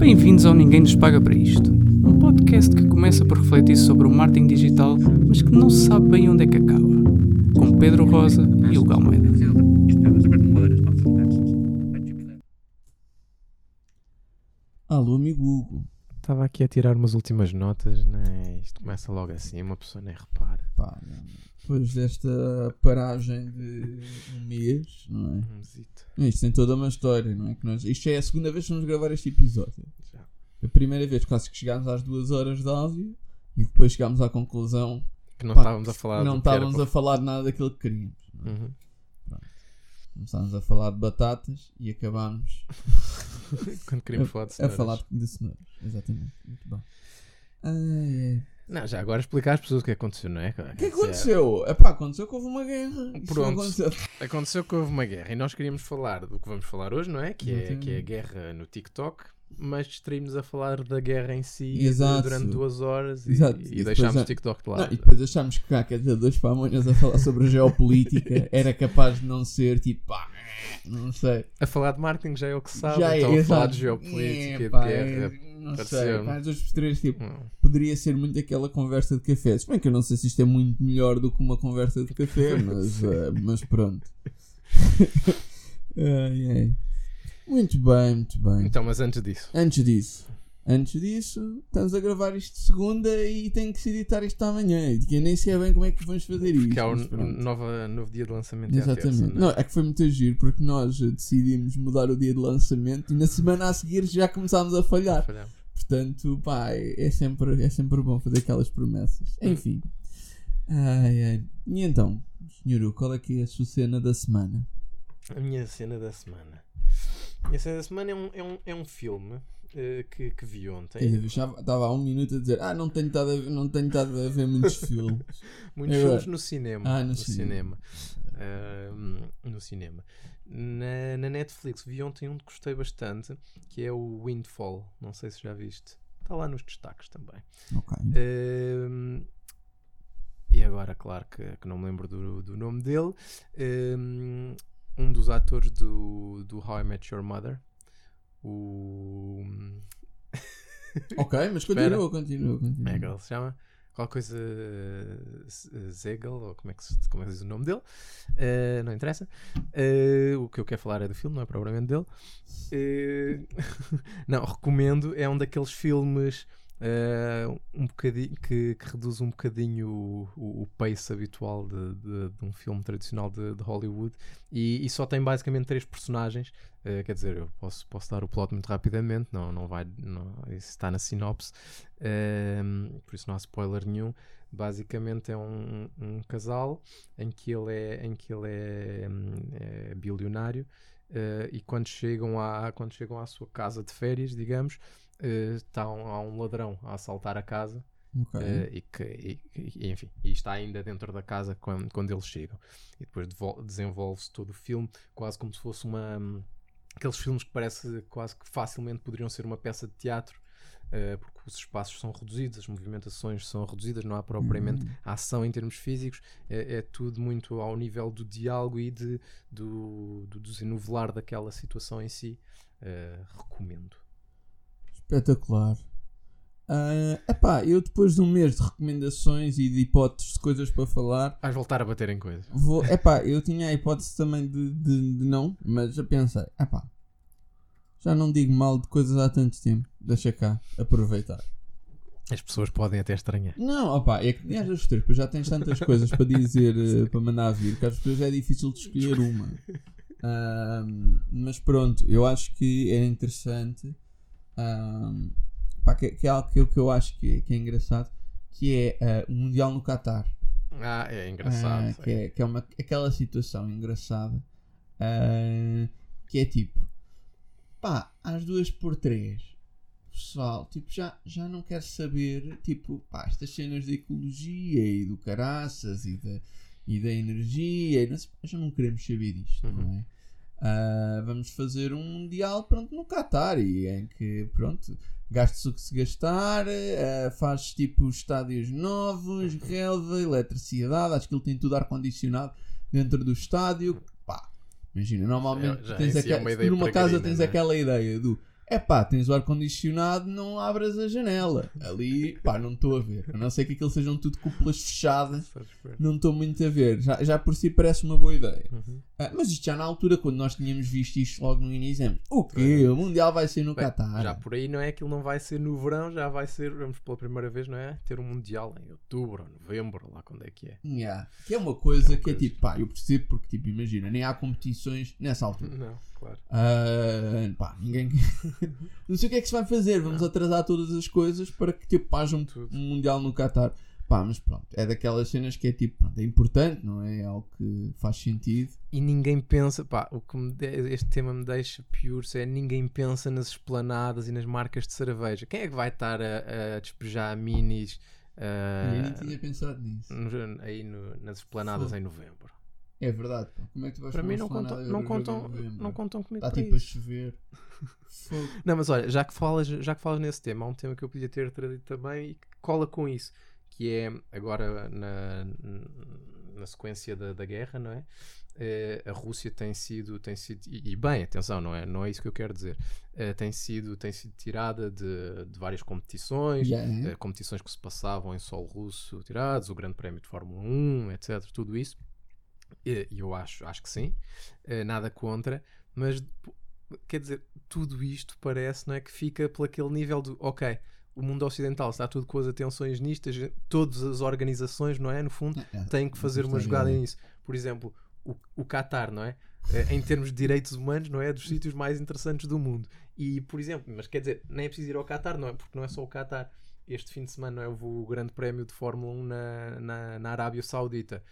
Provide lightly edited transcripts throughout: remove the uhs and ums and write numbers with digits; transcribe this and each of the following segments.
Bem-vindos ao Ninguém Nos Paga Para Isto, um podcast que começa por refletir sobre o marketing digital, mas que não se sabe bem onde é que acaba, com Pedro Rosa e Hugo Almeida. Alô, amigo Hugo. Estava aqui a tirar umas últimas notas, né? Isto começa logo assim, uma pessoa nem repara. Pá, depois desta paragem de um mês, não é? Isto tem toda uma história, não é? Isto já é a segunda vez que vamos gravar este episódio. Já. A primeira vez quase que chegámos às 2 horas de áudio e depois chegámos à conclusão Que não estávamos a falar não estávamos a falar de nada daquilo que queríamos. Não é? Uhum. Começámos a falar de batatas e acabámos Quando queríamos falar de a cenouras. falar de cenouras. Exatamente. Muito bem. Ai. Não, já agora explicar às pessoas o que aconteceu, não é? O que aconteceu? Aconteceu que houve uma guerra. Isto Pronto. aconteceu. Aconteceu que houve uma guerra e nós queríamos falar do que vamos falar hoje, não é? Que é a guerra no TikTok, mas distraímos a falar da guerra em si. Exato. Durante 2 horas Exato. e E deixámos depois o TikTok de Não, lado. e depois achámos que cá, quer dizer, 2 pamonhas a falar sobre a geopolítica era capaz de não ser tipo, pá, não sei. A falar de marketing já é o que sabe, Já é, então a falar exato. de geopolítica e de Pá, guerra. não sei, pareceu-me. pá, 2 por 3, tipo, Não. poderia ser muito aquela conversa de café. Se bem que eu não sei se isto é muito melhor do que uma conversa de café, mas pronto. Ai, ai. Muito bem, muito bem. Então, mas antes disso. Antes disso, estamos a gravar isto de segunda e tenho que se editar isto amanhã. E eu nem sei bem como é que vamos fazer isto. Que é o mas pronto. novo dia de lançamento. É a Exatamente. terça, Não, é que foi muito giro porque nós decidimos mudar o dia de lançamento e na semana a seguir já começámos a falhar. Falhamos. Portanto, pá, é sempre bom fazer aquelas promessas. Enfim. Ai, ai. E então, senhor, qual é que é a sua cena da semana? A minha cena da semana. A minha cena da semana é um filme que vi ontem. Eu já estava há 1 minuto a dizer não tenho estado a ver muitos filmes. Muitos Agora. filmes no cinema. No cinema. No cinema. Na Netflix vi ontem um que gostei bastante, que é o Windfall. Não sei se já viste. Está lá nos destaques também. Ok. E agora, claro que não me lembro do nome dele. Um dos atores do How I Met Your Mother. Ok, mas Espera. continua. Como é que ele se chama? Qual coisa Zegel, ou como é que se diz o nome dele? Não interessa. O que eu quero falar é do filme, não é propriamente dele. Não, recomendo. É um daqueles filmes um bocadinho que reduz um bocadinho o pace habitual de um filme tradicional de Hollywood e só tem basicamente 3 personagens. Quer dizer, eu posso dar o plot muito rapidamente, não vai, isso está na sinopse, por isso não há spoiler nenhum. Basicamente é um casal em que ele é bilionário, e quando chegam à sua casa de férias, digamos, há um ladrão a assaltar a casa. Ok. Enfim, e está ainda dentro da casa quando eles chegam, e depois desenvolve-se todo o filme quase como se fosse aqueles filmes que parece quase que facilmente poderiam ser uma peça de teatro, porque os espaços são reduzidos, as movimentações são reduzidas, não há propriamente ação em termos físicos, é tudo muito ao nível do diálogo e do desennovelar daquela situação em si. Recomendo. Espetacular. Eu depois de 1 mês de recomendações e de hipóteses de coisas para falar, Vais voltar a bater em coisas. eu tinha a hipótese também de não, mas já pensei, já não digo mal de coisas há tanto tempo, deixa cá aproveitar. As pessoas podem até estranhar. Não, é que às vezes depois já tens tantas coisas para dizer, para mandar vir, que às vezes é difícil de escolher uma. Mas pronto, eu acho que era interessante. Que é algo que eu acho que é engraçado, que é o Mundial no Qatar. É engraçado. Que é aquela situação engraçada, que é tipo, às 2x3, pessoal, tipo, já não quero saber, tipo, estas cenas de ecologia e do caraças e da energia, já não queremos saber disto, não é? Vamos fazer um Mundial, pronto, no Qatar, e em que, pronto, gasta-se o que se gastar, faz tipo estádios novos, relva, eletricidade, acho que ele tem tudo ar-condicionado dentro do estádio. Imagina, normalmente Já tens é uma ideia numa casa tens não é? aquela ideia do tens o ar-condicionado, não abras a janela. Ali, não estou a ver. A não ser que aquilo sejam tudo cúpulas fechadas, não estou muito a ver. Já por si parece uma boa ideia. Mas isto já na altura, quando nós tínhamos visto isto logo no início, o quê? O Mundial vai ser no Qatar. Já por aí não é que ele não vai ser no verão, já vai ser, vamos pela primeira vez, não é? Ter um Mundial em outubro, novembro, lá quando é que é. Que é uma coisa que é tipo, eu percebo porque, tipo, imagina, nem há competições nessa altura. Não, claro. Ninguém... não sei o que é que se vai fazer, vamos atrasar todas as coisas para que, tipo, haja um Mundial no Qatar. Mas pronto, é daquelas cenas que é tipo, é importante, não é? É algo que faz sentido. E ninguém pensa, o que este tema me deixa pior é ninguém pensa nas esplanadas e nas marcas de cerveja. Quem é que vai estar a despejar minis Eu nem tinha pensado nisso. Aí nas esplanadas em novembro? É verdade, como é que tu vais para mim não contam comigo. Está tipo a chover. Não, mas olha, já que falas nesse tema, há um tema que eu podia ter trazido também e que cola com isso, que é agora na sequência da guerra, não é? A Rússia tem sido e bem, atenção, não é isso que eu quero dizer, tem sido tirada de várias competições, competições que se passavam em solo russo tirados, o Grande Prémio de Fórmula 1, etc, tudo isso, e eu acho que sim, nada contra, mas quer dizer, tudo isto parece, não é, que fica por aquele nível de, ok, o mundo ocidental está tudo com as atenções nistas, todas as organizações, não é, no fundo, têm que fazer uma jogada nisso. Por exemplo, o Qatar, não é? Em termos de direitos humanos, não é? Dos sítios mais interessantes do mundo. E, por exemplo, mas quer dizer, nem é preciso ir ao Qatar, não é? Porque não é só o Qatar. Este fim de semana, não é? Houve o Grande Prémio de Fórmula 1 na Arábia Saudita.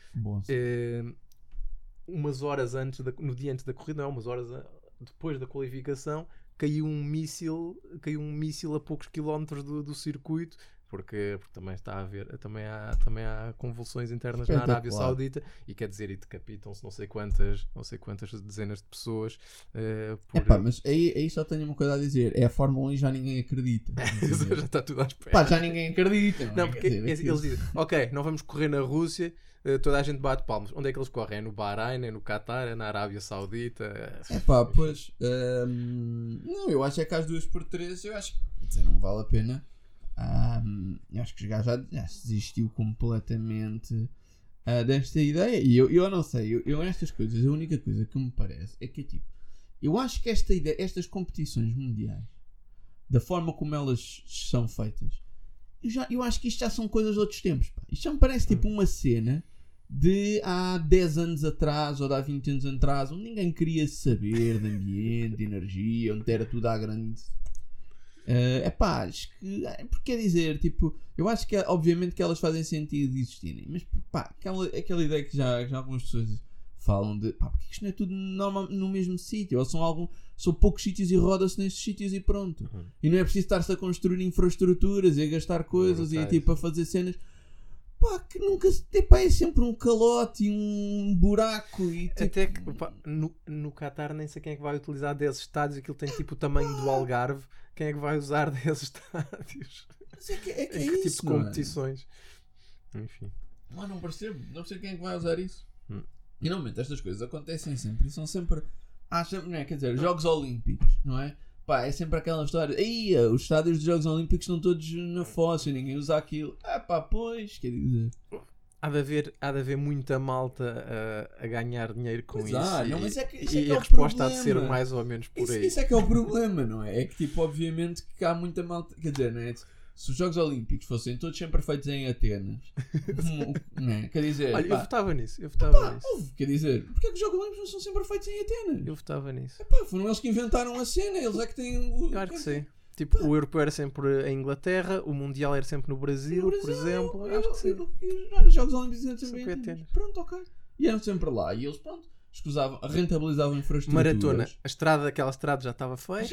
Umas horas no dia antes da corrida, não é? Umas horas depois da qualificação, caiu um míssil a poucos quilómetros do circuito, porque também também há convulsões internas na Arábia Saudita, e quer dizer, e decapitam-se não sei quantas dezenas de pessoas. Mas aí só tenho uma coisa a dizer, é a Fórmula 1 e já ninguém acredita. Já está tudo à espera. Já ninguém acredita. Não, porque eles dizem, ok, não vamos correr na Rússia, toda a gente bate palmas. Onde é que eles correm? É no Bahrein, é no Qatar, é na Arábia Saudita? Pois. Não, eu acho que às 2x3, eu acho que não vale a pena. Acho que já se desistiu completamente desta ideia. E eu não sei, eu estas coisas, a única coisa que me parece é que tipo, eu acho que estas competições mundiais, da forma como elas são feitas, eu acho que isto já são coisas de outros tempos. Isto já me parece tipo uma cena de há 10 anos atrás ou de há 20 anos atrás, onde ninguém queria saber de ambiente, de energia, onde era tudo à grande. Acho que, porque quer dizer, tipo, eu acho que obviamente que elas fazem sentido de existirem, mas aquela ideia que já algumas pessoas falam de porque isto não é tudo no mesmo sítio, ou são poucos sítios e roda-se nestes sítios e pronto. E não é preciso estar-se a construir infraestruturas e a gastar coisas e tipo a fazer cenas que nunca é sempre um calote e um buraco e, tipo... Até que no Qatar nem sei quem é que vai utilizar 10 estádios, aquilo tem tipo o tamanho do Algarve, quem é que vai usar 10 estádios? Mas é que é que isso, tipo de competições? Enfim, não percebo quem é que vai usar isso. E normalmente estas coisas acontecem sempre e são sempre, não é? Quer dizer, Jogos Olímpicos, não é? É sempre aquela história, os estádios dos Jogos Olímpicos estão todos na fossa e ninguém usa aquilo. Pois, quer dizer, há de haver muita malta a ganhar dinheiro com isso. Não, mas isso e é a resposta problema. há de ser mais ou menos por aí. Isso é que é o problema, não é? É que tipo, obviamente que há muita malta, quer dizer, não é? Se os Jogos Olímpicos fossem todos sempre feitos em Atenas, não é? Quer dizer, olha, eu votava nisso. Quer dizer, porque é que os Jogos Olímpicos não são sempre feitos em Atenas? Eu votava nisso. Foram eles que inventaram a cena, eles é que têm Claro que sim. Tipo, o europeu era sempre em Inglaterra, o mundial era sempre no Brasil, por exemplo. Acho que sim. E os Jogos Olímpicos eram sempre em Atenas. Pronto, ok. E eram sempre lá. E eles, pronto, escusavam, rentabilizavam infraestruturas. Maratona. Aquela estrada já estava feita.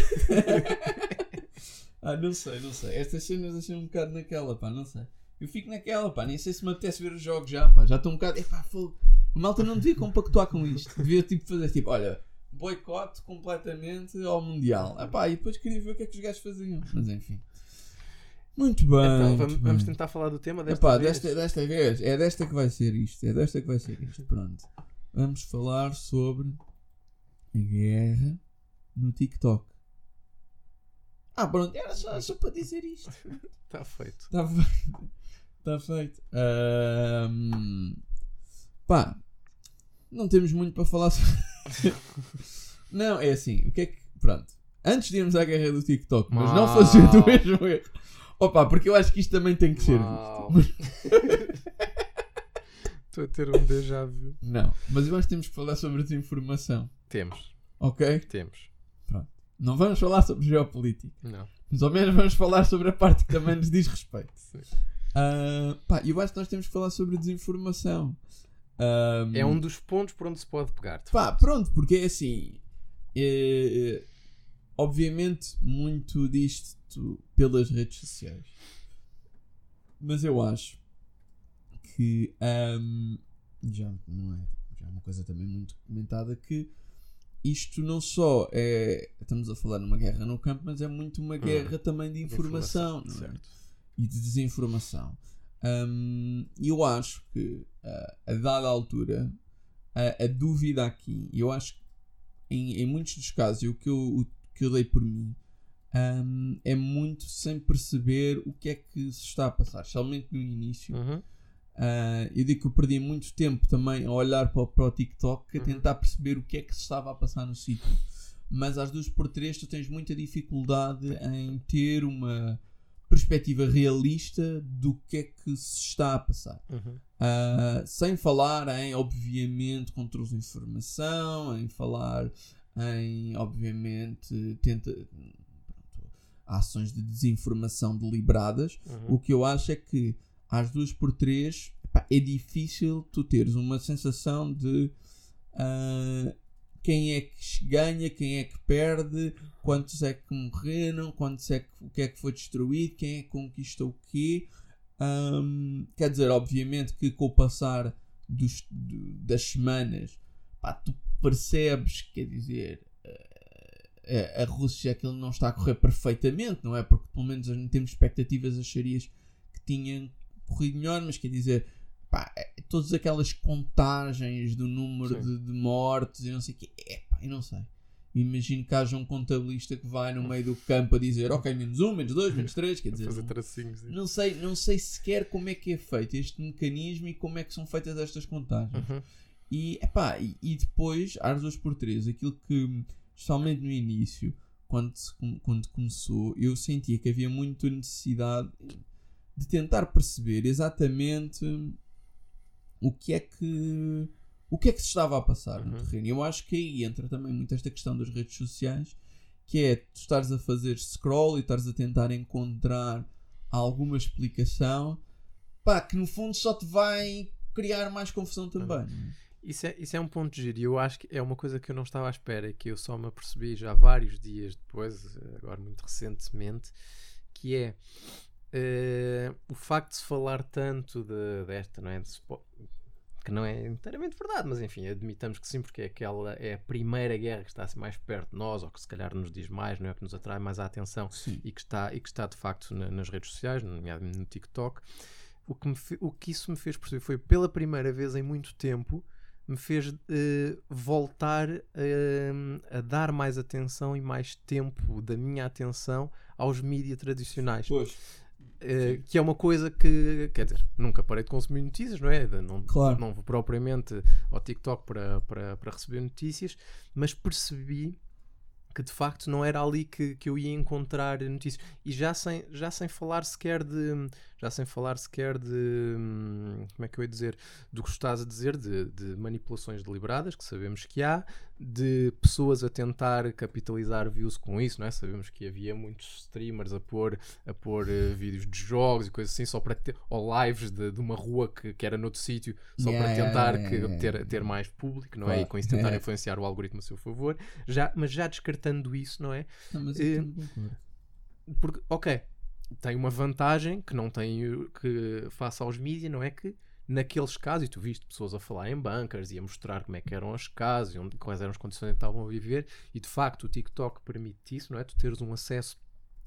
Não sei. Estas cenas deixam um bocado naquela, não sei. Eu fico naquela, nem sei se me apetece ver os jogos já estou um bocado, fogo. A malta não devia compactuar com isto. Devia fazer olha, boicote completamente ao Mundial. E depois queria ver o que é que os gajos faziam. Mas enfim. Muito bem. Então, vamos tentar falar do tema desta vez. É desta que vai ser isto. Pronto. Vamos falar sobre a guerra no TikTok. Pronto, era só para dizer isto. Está feito. Está feito. Pá, não temos muito para falar sobre... Não, é assim, o que é que... Pronto, antes de irmos à guerra do TikTok, mas não fazendo o mesmo erro. Opa, porque eu acho que isto também tem que ser visto. Estou a ter um déjà vu. Não, mas eu acho que temos que falar sobre desinformação. Temos. Ok? Temos. Pronto. Não vamos falar sobre geopolítica. Não. Mas ao menos vamos falar sobre a parte que também nos diz respeito. Sim. Eu acho que nós temos que falar sobre desinformação. É um dos pontos por onde se pode pegar. Pronto, porque é assim... obviamente muito disto pelas redes sociais. Mas eu acho que já é uma coisa também muito comentada, que isto não só é... Estamos a falar numa guerra no campo, mas é muito uma guerra também de informação, não é? Certo. E de desinformação. E eu acho que a dada altura a dúvida aqui, eu acho que em muitos dos casos, o que eu dei por mim é muito sem perceber o que é que se está a passar, especialmente no início. Eu digo que eu perdi muito tempo também a olhar para o TikTok, a tentar perceber o que é que se estava a passar no sítio. Mas às 2x3 tu tens muita dificuldade em ter uma perspectiva realista do que é que se está a passar. Sem falar em, obviamente, controles de informação, em falar em, obviamente, ações de desinformação deliberadas. O que eu acho é que às 2x3 é difícil tu teres uma sensação de quem é que ganha, quem é que perde, quantos é que morreram, o que é que foi destruído, quem é que conquistou o quê. Quer dizer, obviamente que com o passar das semanas, tu percebes, quer dizer, a Rússia, aquilo não está a correr perfeitamente, não é? Porque pelo menos em termos de expectativas acharias que tinham corrido melhor, mas quer dizer, todas aquelas contagens do número de mortes e não sei o quê, eu não sei. Imagino que haja um contabilista que vai no meio do campo a dizer ok, -1, -2, -3, quer dizer, fazer tracinhos. não sei sequer como é que é feito este mecanismo e como é que são feitas estas contagens. E depois, às 2x3, aquilo que, especialmente no início, quando começou, eu sentia que havia muita necessidade de tentar perceber exatamente o que é que se estava a passar no terreno. Eu acho que aí entra também muito esta questão das redes sociais, que é tu estares a fazer scroll e estares a tentar encontrar alguma explicação, que no fundo só te vai criar mais confusão também. Isso é um ponto de giro, e eu acho que é uma coisa que eu não estava à espera, que eu só me apercebi já vários dias depois, agora muito recentemente, que é o facto de se falar tanto desta, não é? Que não é inteiramente verdade, mas enfim, admitamos que sim, porque é a primeira guerra que está assim mais perto de nós, ou que se calhar nos diz mais, não é? Que nos atrai mais a atenção, e que está de facto nas redes sociais, nomeadamente no TikTok. O que isso me fez perceber foi, pela primeira vez em muito tempo, me fez voltar a dar mais atenção e mais tempo da minha atenção aos mídias tradicionais. Que é uma coisa que, quer dizer, nunca parei de consumir notícias, não é? Não vou propriamente ao TikTok para receber notícias, mas percebi que de facto não era ali que eu ia encontrar notícias. E já sem falar sequer de como é que eu ia dizer, do que estás a dizer, de manipulações deliberadas, que sabemos que há, de pessoas a tentar capitalizar views com isso, não é? Sabemos que havia muitos streamers a pôr vídeos de jogos e coisas assim, só para ter, ou lives de uma rua que era noutro sítio, só para tentar ter mais público, não é? E com isso tentar influenciar o algoritmo a seu favor, mas já descartando isso, não é? Não, mas eu não concordo. Porque, ok, tem uma vantagem que não tem que face aos mídias, não é? Que naqueles casos, e tu viste pessoas a falar em bunkers e a mostrar como é que eram as casas e quais eram as condições em que estavam a viver, e de facto o TikTok permite isso, não é? Tu teres um acesso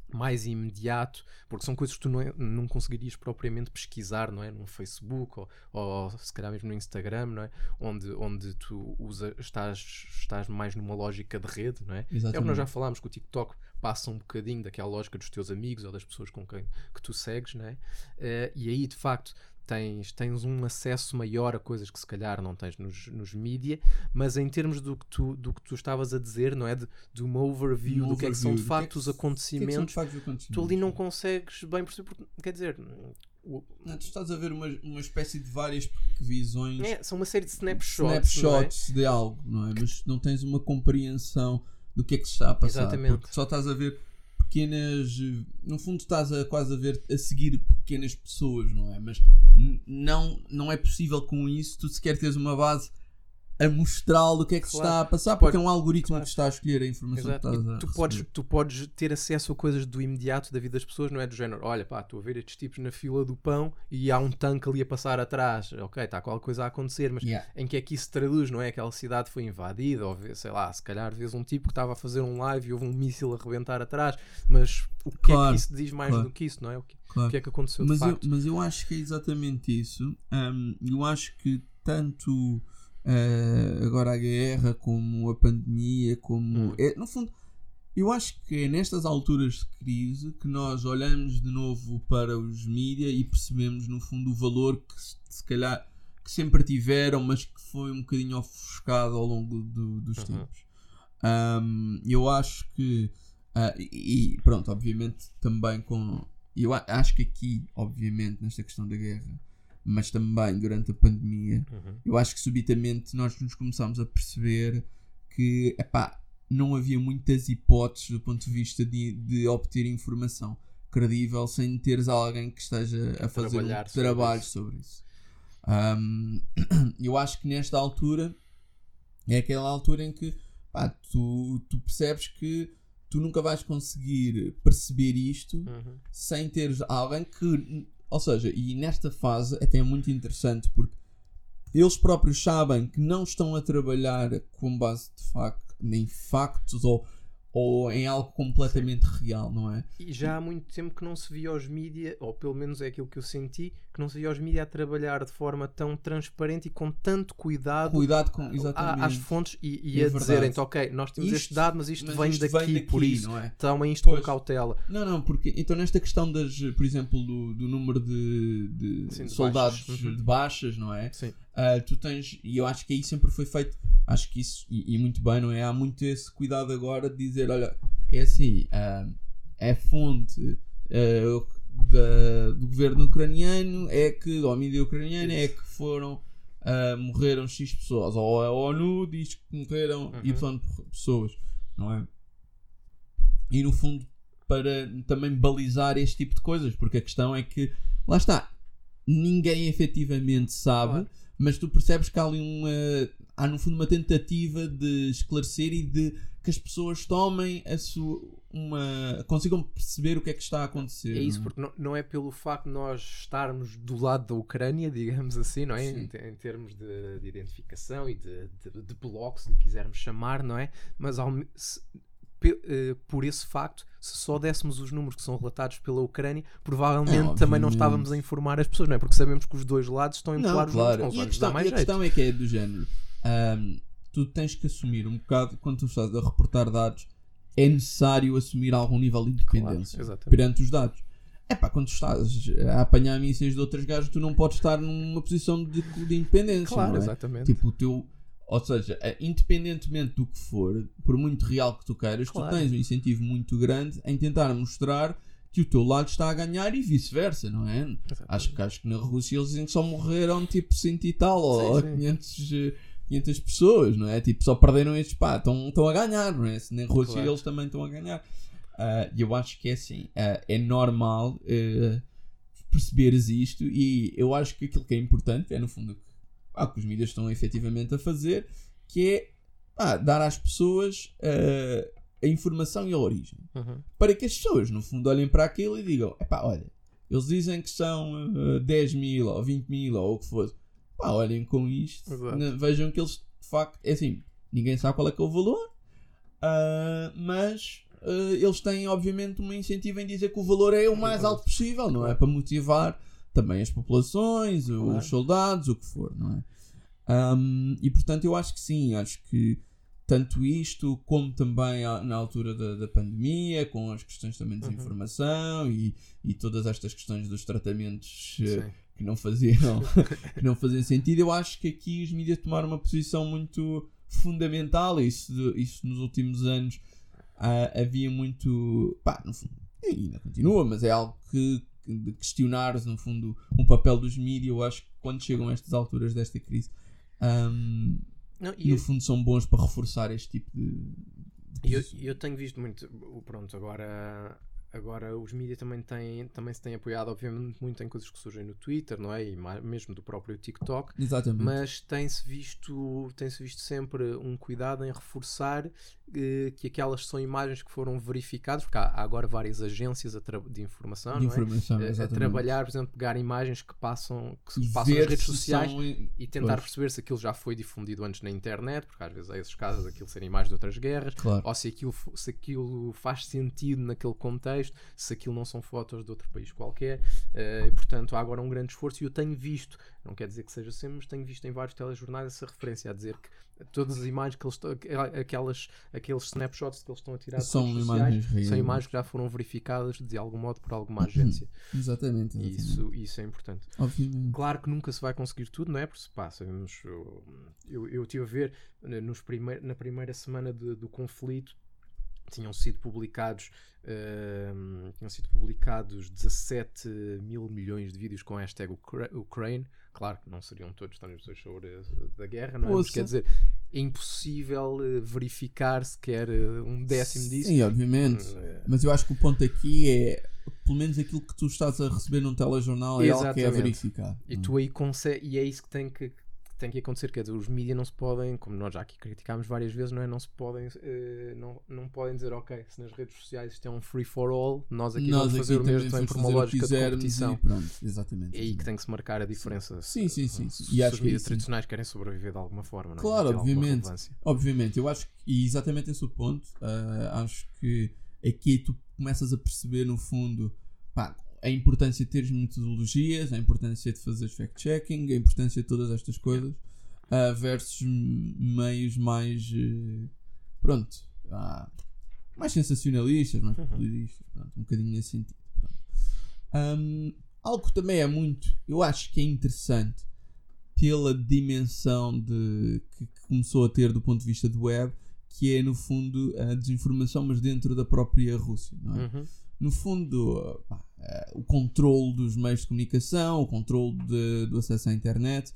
mais imediato, porque são coisas que tu não conseguirias propriamente pesquisar, não é? Num Facebook ou se calhar mesmo no Instagram, não é? Onde tu estás mais numa lógica de rede, não é? Exatamente. É o que nós já falámos, que o TikTok passa um bocadinho daquela lógica dos teus amigos ou das pessoas com quem que tu segues, não é? E aí, de facto, tens um acesso maior a coisas que se calhar não tens nos mídia, mas em termos do que tu estavas a dizer, não é? De uma overview do que é que são de facto os acontecimentos, tu ali não consegues bem perceber, porque, quer dizer... tu estás a ver uma espécie de várias visões, são uma série de snapshots de algo, não é? Mas não tens uma compreensão do que é que se está a passar. Exatamente. Porque só estás a ver pequenas, no fundo estás quase a seguir pequenas pessoas, não é? Mas não é possível com isso tu sequer teres uma base amostral do que é que se está a passar, porque é um algoritmo que está a escolher a informação. Exato. Que estás a receber. Tu podes ter acesso a coisas do imediato da vida das pessoas, não é? Do género, olha pá, estou a ver estes tipos na fila do pão e há um tanque ali a passar atrás, ok, está qualquer coisa a acontecer, mas em que é que isso se traduz, não é? Aquela cidade foi invadida, ou sei lá, se calhar vês um tipo que estava a fazer um live e houve um míssil a rebentar atrás, mas o que é que isso diz mais do que isso, não é? O que é que aconteceu de facto? Mas eu acho que é exatamente isso. Eu acho que tanto agora a guerra como a pandemia, como no fundo, eu acho que é nestas alturas de crise que nós olhamos de novo para os mídia e percebemos no fundo o valor que se calhar que sempre tiveram, mas que foi um bocadinho ofuscado ao longo dos tempos. Eu acho que e pronto, obviamente também eu acho que aqui, obviamente, nesta questão da guerra, mas também durante a pandemia, eu acho que subitamente nós nos começámos a perceber que não havia muitas hipóteses do ponto de vista de obter informação credível sem teres alguém que esteja a fazer um trabalho sobre isso. Eu acho que nesta altura é aquela altura em que tu percebes que tu nunca vais conseguir perceber isto sem teres alguém que... Ou seja, e nesta fase até é muito interessante porque eles próprios sabem que não estão a trabalhar com base de facto, em factos ou em algo completamente real, não é? E já há muito tempo que não se via os mídia, ou pelo menos é aquilo que eu senti, que não se via os mídia a trabalhar de forma tão transparente e com tanto cuidado com, exatamente, às fontes e a dizerem-te, ok, nós temos este dado, mas isto vem daqui, por isso, não é? Tomem isto com cautela. Não, porque então nesta questão por exemplo, do número de soldados de baixas, não é? Sim. Tu tens, e eu acho que aí sempre foi feito, acho que isso, e muito bem, não é? Há muito esse cuidado agora de dizer, olha, é assim, é fonte do governo ucraniano, é que, ou a mídia ucraniana, é que morreram X pessoas, ou a ONU diz que morreram Y pessoas, não é? E no fundo, para também balizar este tipo de coisas, porque a questão é que, lá está, ninguém efetivamente sabe, mas tu percebes que há ali há no fundo uma tentativa de esclarecer e de que as pessoas tomem consigam perceber o que é que está a acontecer. É isso, porque não é pelo facto de nós estarmos do lado da Ucrânia, digamos assim, não é? Em termos de identificação e de blocos, se quisermos chamar, não é? Mas por esse facto, se só dessemos os números que são relatados pela Ucrânia, provavelmente também não estávamos a informar as pessoas, não é? Porque sabemos que os dois lados estão a empurrar os números com os olhos. A questão é que é do género. Tu tens que assumir um bocado, quando tu estás a reportar dados, é necessário assumir algum nível de independência perante os dados. Quando tu estás a apanhar mísseis de outras gajas, tu não podes estar numa posição de independência. Claro, não é? Exatamente. Tipo, ou seja, independentemente do que for, por muito real que tu queiras, tu tens um incentivo muito grande em tentar mostrar que o teu lado está a ganhar e vice-versa, não é? Acho que na Rússia eles dizem que só morreram tipo 100 e tal, ou 500 pessoas, não é? Tipo, só perderam estes, estão a ganhar, não é? Se na Rússia eles também estão a ganhar. Eu acho que é assim, é normal perceberes isto, e eu acho que aquilo que é importante é no fundo que os mídias estão efetivamente a fazer, que é dar às pessoas a informação e a origem, para que as pessoas no fundo olhem para aquilo e digam, olha, eles dizem que são 10 mil ou 20 mil ou o que for, olhem com isto, vejam que eles de facto, é assim, ninguém sabe qual é que é o valor, mas eles têm obviamente um incentivo em dizer que o valor é o mais alto possível, não é? Para motivar também as populações, os soldados, o que for, não é? E portanto eu acho que sim, acho que tanto isto como também na altura da pandemia, com as questões também de desinformação e todas estas questões dos tratamentos que não faziam sentido, eu acho que aqui os mídias tomaram uma posição muito fundamental, e isso nos últimos anos havia muito, no fundo, ainda continua, mas é algo que de questionar, no fundo, o papel dos mídias. Eu acho que quando chegam a estas alturas desta crise, no fundo são bons para reforçar este tipo de eu tenho visto muito, pronto, agora os mídias também se têm apoiado, obviamente, muito em coisas que surgem no Twitter, não é? E mesmo do próprio TikTok. Exatamente. Mas tem-se visto sempre um cuidado em reforçar que aquelas são imagens que foram verificadas, porque há agora várias agências de informação, a trabalhar, por exemplo, pegar imagens que passam nas redes sociais e tentar perceber se aquilo já foi difundido antes na internet, porque às vezes há esses casos, aquilo serem imagens de outras guerras, ou se aquilo faz sentido naquele contexto, se aquilo não são fotos de outro país qualquer, e portanto há agora um grande esforço, e eu tenho visto, não quer dizer que seja sempre, mas tenho visto em vários telejornais essa referência, a dizer que todas as imagens que eles estão, aqueles snapshots que eles estão a tirar são imagens reais, são imagens que já foram verificadas de algum modo por alguma agência. Exatamente. Isso é importante. Obviamente. Claro que nunca se vai conseguir tudo, não é? Porque sabemos, eu estive a ver na primeira semana do conflito, tinham sido publicados 17 mil milhões de vídeos com a hashtag Ukraine. Claro que não seriam todos transmissões sobre da guerra, não é? Mas quer dizer, é impossível verificar sequer um décimo disso. Sim, obviamente. Mas eu acho que o ponto aqui é, pelo menos aquilo que tu estás a receber num telejornal é algo que é verificado. E tu aí e é isso que tem que acontecer, quer dizer, os mídias não se podem, como nós já aqui criticámos várias vezes, não é? Não se podem, não podem dizer, ok, se nas redes sociais isto é um free for all, nós aqui vamos fazer o mesmo também por uma lógica de competição. Pronto, exatamente. É aí que tem que se marcar a diferença. Sim. Se E os mídias tradicionais querem sobreviver de alguma forma, não é? Claro, obviamente. Eu acho que, e exatamente esse é o ponto, acho que aqui tu começas a perceber, no fundo, a importância de teres metodologias, a importância de fazeres fact-checking, a importância de todas estas coisas, versus meios mais mais sensacionalistas, mais populistas, um bocadinho nesse sentido. Algo que também é muito, eu acho que é interessante pela dimensão que começou a ter do ponto de vista do web, que é, no fundo, a desinformação, mas dentro da própria Rússia, não é? No fundo, o controle dos meios de comunicação, o controle do acesso à internet,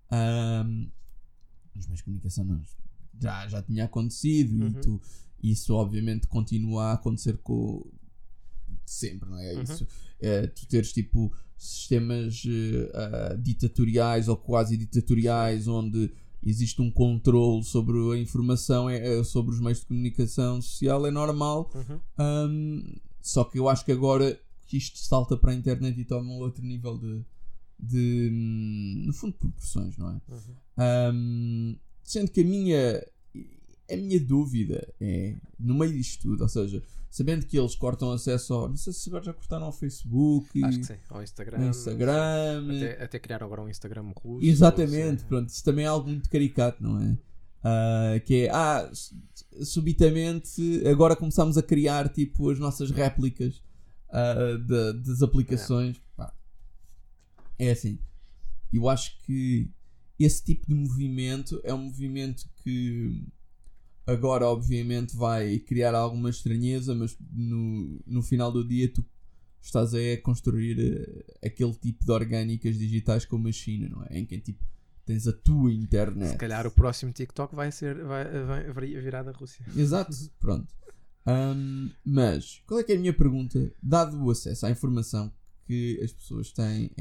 os meios de comunicação já tinha acontecido, e isso obviamente continua a acontecer sempre, não é? Isso, tu teres tipo sistemas ditatoriais ou quase ditatoriais, onde existe um controle sobre a informação, sobre os meios de comunicação social, é normal. Só que eu acho que agora que isto salta para a internet e toma um outro nível de no fundo, proporções, não é? Sendo que a minha dúvida é, no meio disto tudo, ou seja, sabendo que eles cortam acesso não sei se agora já cortaram ao Facebook, acho que sim, ao Instagram, até criar agora um Instagram russo. Exatamente, pronto, isso também é algo muito caricato, não é? Que é, subitamente agora começamos a criar tipo as nossas réplicas das aplicações. É assim, eu acho que esse tipo de movimento é um movimento que agora obviamente vai criar alguma estranheza, mas no final do dia tu estás a construir aquele tipo de orgânicas digitais como a China, não é? Em que tipo tens a tua internet. Se calhar o próximo TikTok vai virar da Rússia. Exato, pronto. Mas qual é que é a minha pergunta? Dado o acesso à informação que as pessoas têm,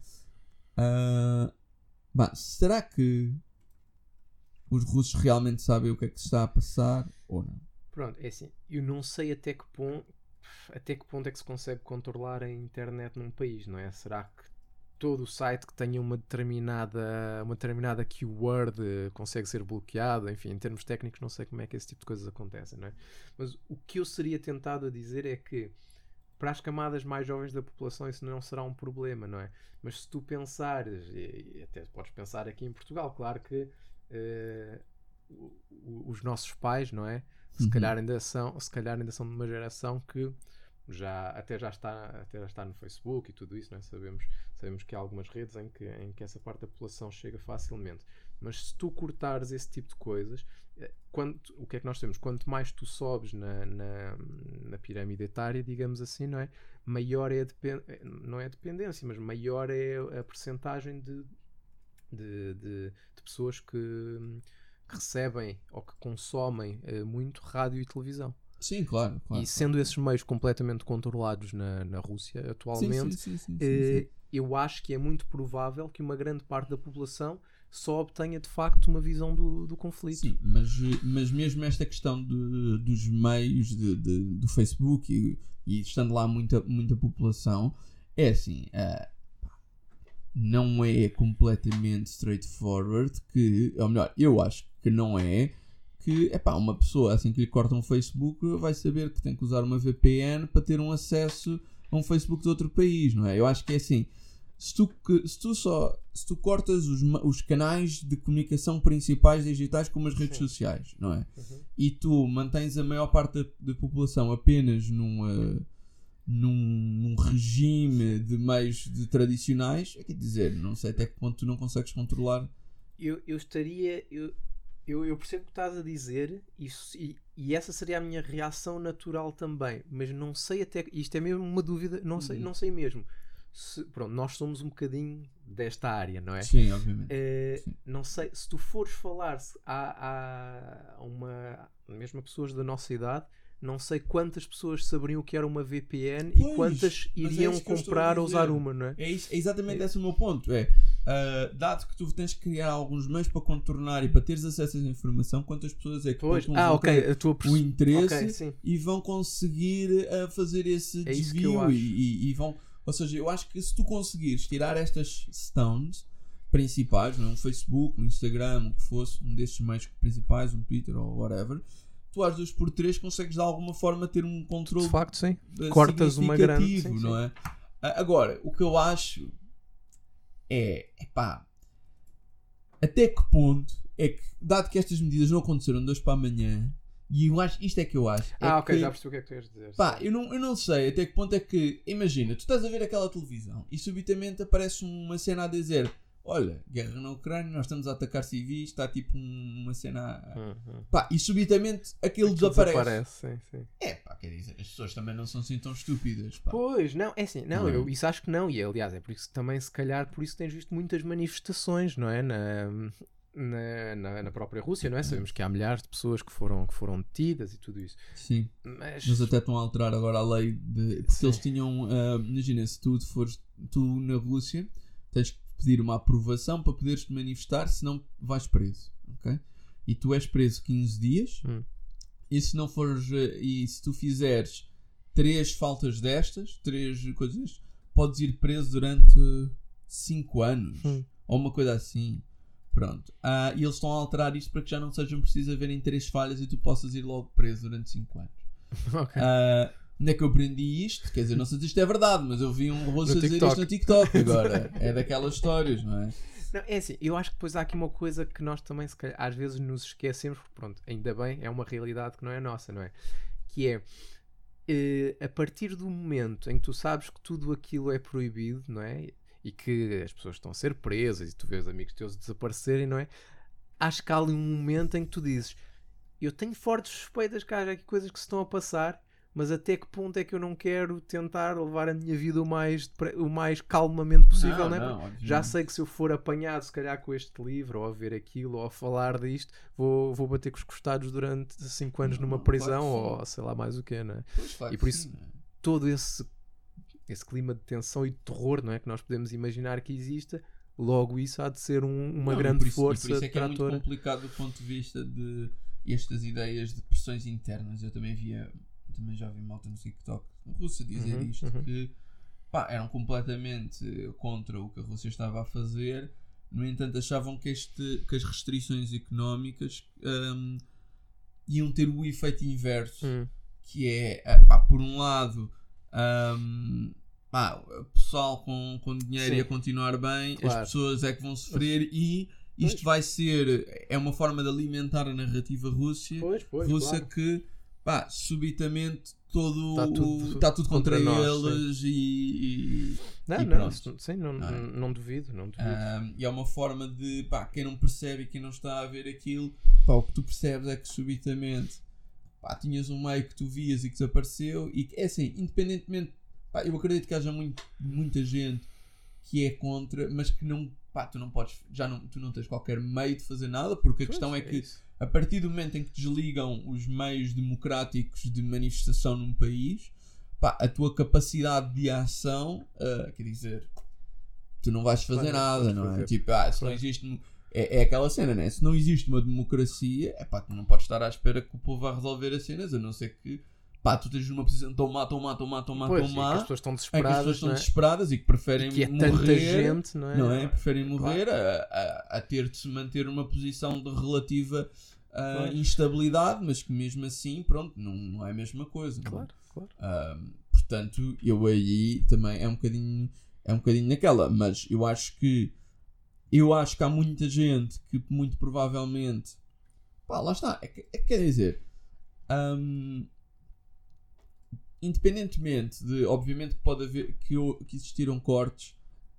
será que os russos realmente sabem o que é que se está a passar ou não? Pronto, é assim, eu não sei até que ponto é que se consegue controlar a internet num país, não é? Será que todo o site que tenha uma determinada keyword consegue ser bloqueado, enfim, em termos técnicos não sei como é que esse tipo de coisas acontecem, não é? Mas o que eu seria tentado a dizer é que para as camadas mais jovens da população isso não será um problema, não é? Mas se tu pensares, e até podes pensar aqui em Portugal, claro que os nossos pais, não é? Se calhar ainda são de uma geração que até já está no Facebook e tudo isso, não é? Sabemos que há algumas redes em que essa parte da população chega facilmente. Mas se tu cortares esse tipo de coisas, o que é que nós temos? Quanto mais tu sobes na pirâmide etária, digamos assim, não é? Maior é não é a dependência, mas maior é a percentagem de pessoas que recebem ou que consomem muito rádio e televisão. Sim, claro. E sendo esses meios completamente controlados na Rússia atualmente, sim. eu acho que é muito provável que uma grande parte da população só obtenha de facto uma visão do conflito. Sim, mas mesmo esta questão dos meios do Facebook e estando lá muita população, é assim, não é completamente straightforward ou melhor, eu acho que não é, que uma pessoa assim que lhe corta um Facebook vai saber que tem que usar uma VPN para ter um acesso a um Facebook de outro país, não é? Eu acho que é assim, se tu cortas os canais de comunicação principais digitais como as redes sociais, não é? E tu mantens a maior parte da população apenas num regime de meios tradicionais, quer dizer, não sei até que ponto tu não consegues controlar. Eu percebo o que estás a dizer e essa seria a minha reação natural também, mas não sei até... Isto é mesmo uma dúvida, não sei mesmo. Pronto, nós somos um bocadinho desta área, não é? Sim, obviamente. Sim. Não sei, se tu fores falar a mesmo a pessoas da nossa idade, não sei quantas pessoas saberiam o que era uma VPN e quantas iriam comprar ou usar uma, não é? É exatamente esse o meu ponto. Dado que tu tens que criar alguns meios para contornar e para teres acesso a essa informação, quantas pessoas é que vão ter o interesse e vão conseguir fazer esse desvio e vão... Ou seja, eu acho que se tu conseguires tirar estas stones principais, não é? Um Facebook, um Instagram, o que fosse, um destes meios principais, um Twitter ou whatever, tu às 2x3 consegues de alguma forma ter um controle de facto, sim. Cortas uma grande, sim, não é? Agora, o que eu acho até que ponto é que, dado que estas medidas não aconteceram de hoje para amanhã, e eu acho, isto é que eu acho. Ok, já percebi o que é que tu ias dizer. Eu não sei até que ponto é que, imagina, tu estás a ver aquela televisão e subitamente aparece uma cena a dizer: olha, guerra na Ucrânia, nós estamos a atacar civis, está tipo uma cena. E subitamente aquilo desaparece. Sim. Quer dizer, as pessoas também não são assim tão estúpidas. Pois, não, é assim, não, eu isso acho que não, e aliás, é por isso que também, se calhar, por isso tens visto muitas manifestações, não é? Na própria Rússia, não é? Sabemos que há milhares de pessoas que foram detidas e tudo isso. Sim, mas até estão a alterar agora a lei porque eles tinham, imagina, se tu na Rússia tens que pedir uma aprovação para poderes te manifestar, senão vais preso, ok? E tu és preso 15 dias e se não fores, e se tu fizeres 3 faltas destas, 3 coisas, podes ir preso durante 5 anos ou uma coisa assim. Pronto. E eles estão a alterar isto para que já não sejam preciso haverem 3 falhas e tu possas ir logo preso durante 5 anos. Ok. Onde é que eu aprendi isto? Quer dizer, não sei se isto é verdade, mas eu vi um rosto a dizer isto no TikTok agora. É daquelas histórias, não é? Não, é assim, eu acho que depois há aqui uma coisa que nós também, se calhar, às vezes nos esquecemos, porque pronto, ainda bem, é uma realidade que não é nossa, não é? Que é, a partir do momento em que tu sabes que tudo aquilo é proibido, não é? E que as pessoas estão a ser presas e tu vês amigos teus desaparecerem, não é? Acho que há ali um momento em que tu dizes: eu tenho fortes suspeitas que haja aqui coisas que se estão a passar, mas até que ponto é que eu não quero tentar levar a minha vida o mais calmamente possível, não, já sei que se eu for apanhado se calhar com este livro ou a ver aquilo ou a falar disto, vou bater com os costados durante 5 anos numa prisão ou sei lá mais o que, não é? E por isso todo esse clima de tensão e de terror, não é, que nós podemos imaginar que exista, logo isso há de ser uma grande força tratora. Por isso é que é muito complicado do ponto de vista de estas ideias de pressões internas. Eu também já vi malta no TikTok russa dizer isto, que pá, eram completamente contra o que a Rússia estava a fazer. No entanto, achavam que as restrições económicas iam ter o efeito inverso, que é, pá, por um lado, o pessoal com dinheiro ia continuar bem, claro. As pessoas é que vão sofrer e isto vai ser, é uma forma de alimentar a narrativa russa, claro. que, pá, subitamente está tudo contra eles e não duvido. E é uma forma de, pá, quem não percebe e quem não está a ver aquilo, pá, o que tu percebes é que subitamente, pá, tinhas um meio que tu vias e que desapareceu e que, é assim, independentemente, pá, eu acredito que haja muita gente que é contra, mas que não, pá, tu não podes, tu não tens qualquer meio de fazer nada, porque a questão é que a partir do momento em que desligam os meios democráticos de manifestação num país, pá, a tua capacidade de ação, quer dizer, tu não vais fazer nada, não é? Tipo, se não existe... É aquela cena, né? Se não existe uma democracia, pá, tu não podes estar à espera que o povo vá resolver as cenas, a não ser que, pá, tu estejas numa posição tomar, que as pessoas estão desesperadas e que preferem e que morrer, tanta gente, não é? Preferem morrer a ter de se manter numa posição de relativa instabilidade, mas que mesmo assim, pronto, não é a mesma coisa. Claro. Portanto, eu aí também é um bocadinho naquela, mas eu acho que há muita gente que muito provavelmente, pá, lá está, quer dizer, independentemente de, obviamente que pode haver, que existiram cortes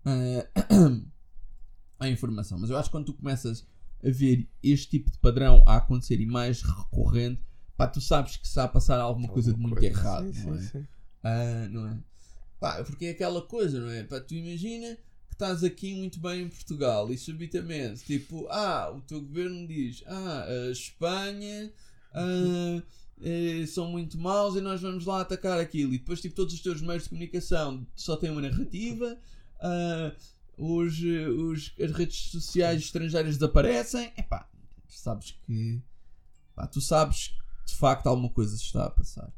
à informação, mas eu acho que quando tu começas a ver este tipo de padrão a acontecer e mais recorrente, pá, tu sabes que está a passar alguma coisa de muito errado, não é? Sim. Não é? Pá, porque é aquela coisa, não é? Pá, tu imagina que estás aqui muito bem em Portugal e subitamente, tipo, o teu governo diz, a Espanha são muito maus e nós vamos lá atacar aquilo, e depois, tipo, todos os teus meios de comunicação só têm uma narrativa, as redes sociais estrangeiras desaparecem, tu sabes que de facto alguma coisa se está a passar.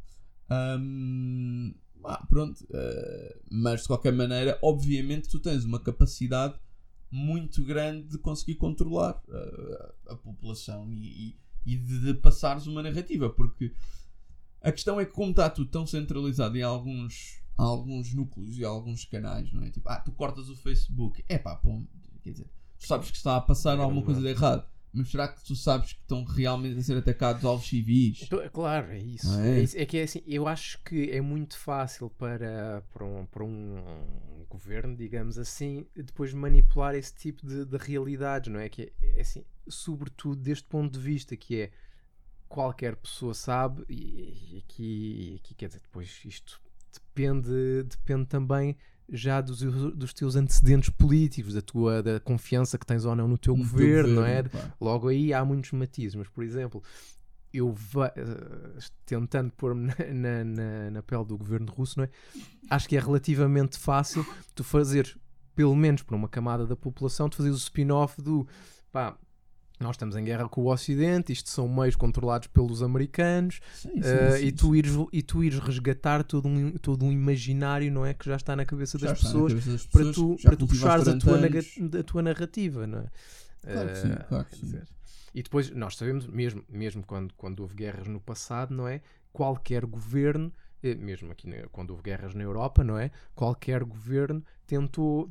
Mas de qualquer maneira, obviamente tu tens uma capacidade muito grande de conseguir controlar a população e de passares uma narrativa, porque a questão é que, como está tudo tão centralizado em alguns núcleos e alguns canais, não é? Tipo, tu cortas o Facebook, quer dizer, tu sabes que está a passar alguma coisa de errado, mas será que tu sabes que estão realmente a ser atacados alvos civis? Claro, é isso. É que é assim, eu acho que é muito fácil para um governo, digamos assim, depois manipular esse tipo de realidades, não é? Que é assim, sobretudo deste ponto de vista, que é qualquer pessoa sabe, e aqui quer dizer, depois isto depende também já dos teus antecedentes políticos, da confiança que tens ou não no teu governo, não é? Claro. Logo aí há muitos matizes, mas, por exemplo, eu tentando pôr-me na pele do governo russo, não é? Acho que é relativamente fácil tu fazer, pelo menos para uma camada da população, tu fazeres o spin-off do, nós estamos em guerra com o Ocidente, isto são meios controlados pelos americanos, e tu ires resgatar todo um imaginário, não é? Que já está na cabeça das pessoas, para tu puxares a tua narrativa, não é? Claro que sim. E depois, nós sabemos, mesmo quando houve guerras no passado, não é? Qualquer governo, mesmo aqui quando houve guerras na Europa, não é? Qualquer governo tentou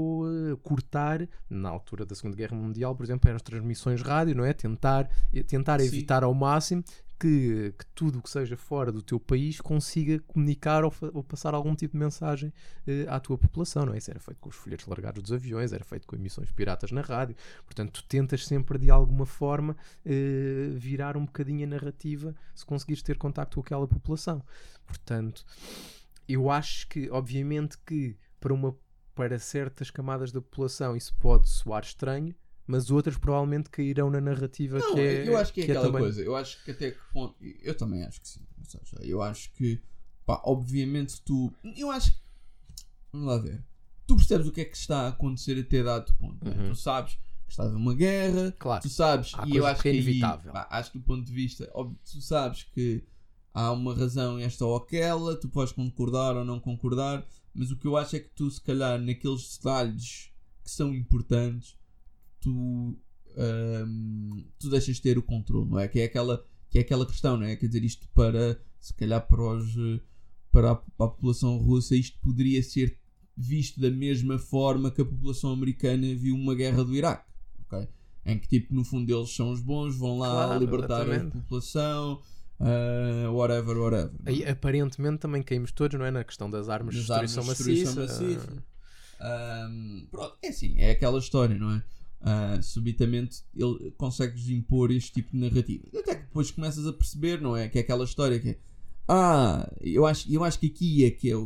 cortar, na altura da Segunda Guerra Mundial, por exemplo, eram as transmissões rádio, não é? Tentar evitar ao máximo que tudo o que seja fora do teu país consiga comunicar ou passar algum tipo de mensagem à tua população, não é? Isso era feito com os folhetos largados dos aviões, era feito com emissões piratas na rádio. Portanto, tu tentas sempre de alguma forma virar um bocadinho a narrativa se conseguires ter contacto com aquela população. Portanto, eu acho que, obviamente que para certas camadas da população isso pode soar estranho, mas outras provavelmente cairão na narrativa que é... Eu acho que é aquela também... coisa. Eu acho que até que ponto... Eu também acho que sim. Eu acho que... obviamente tu... Eu acho que... Vamos lá ver. Tu percebes o que é que está a acontecer até dado ponto. Tu sabes que está a haver uma guerra. Claro. Tu sabes... E eu acho que é inevitável. Acho que do ponto de vista... Tu sabes que há uma razão esta ou aquela. Tu podes concordar ou não concordar. mas o que eu acho é que tu, se calhar, naqueles detalhes que são importantes, tu deixas de ter o controle, não é? Que é aquela questão, não é? Quer dizer, isto se calhar para a população russa, isto poderia ser visto da mesma forma que a população americana viu uma guerra do Iraque, ok? Em que, tipo, no fundo eles são os bons, vão lá libertar a população, whatever. Aí, aparentemente também caímos todos, não é? Na questão das armas de destruição maciça. Pronto, é assim, é aquela história, não é? Subitamente ele consegues impor este tipo de narrativa. Até que depois começas a perceber, não é? Que é aquela história que é eu acho que aqui é que é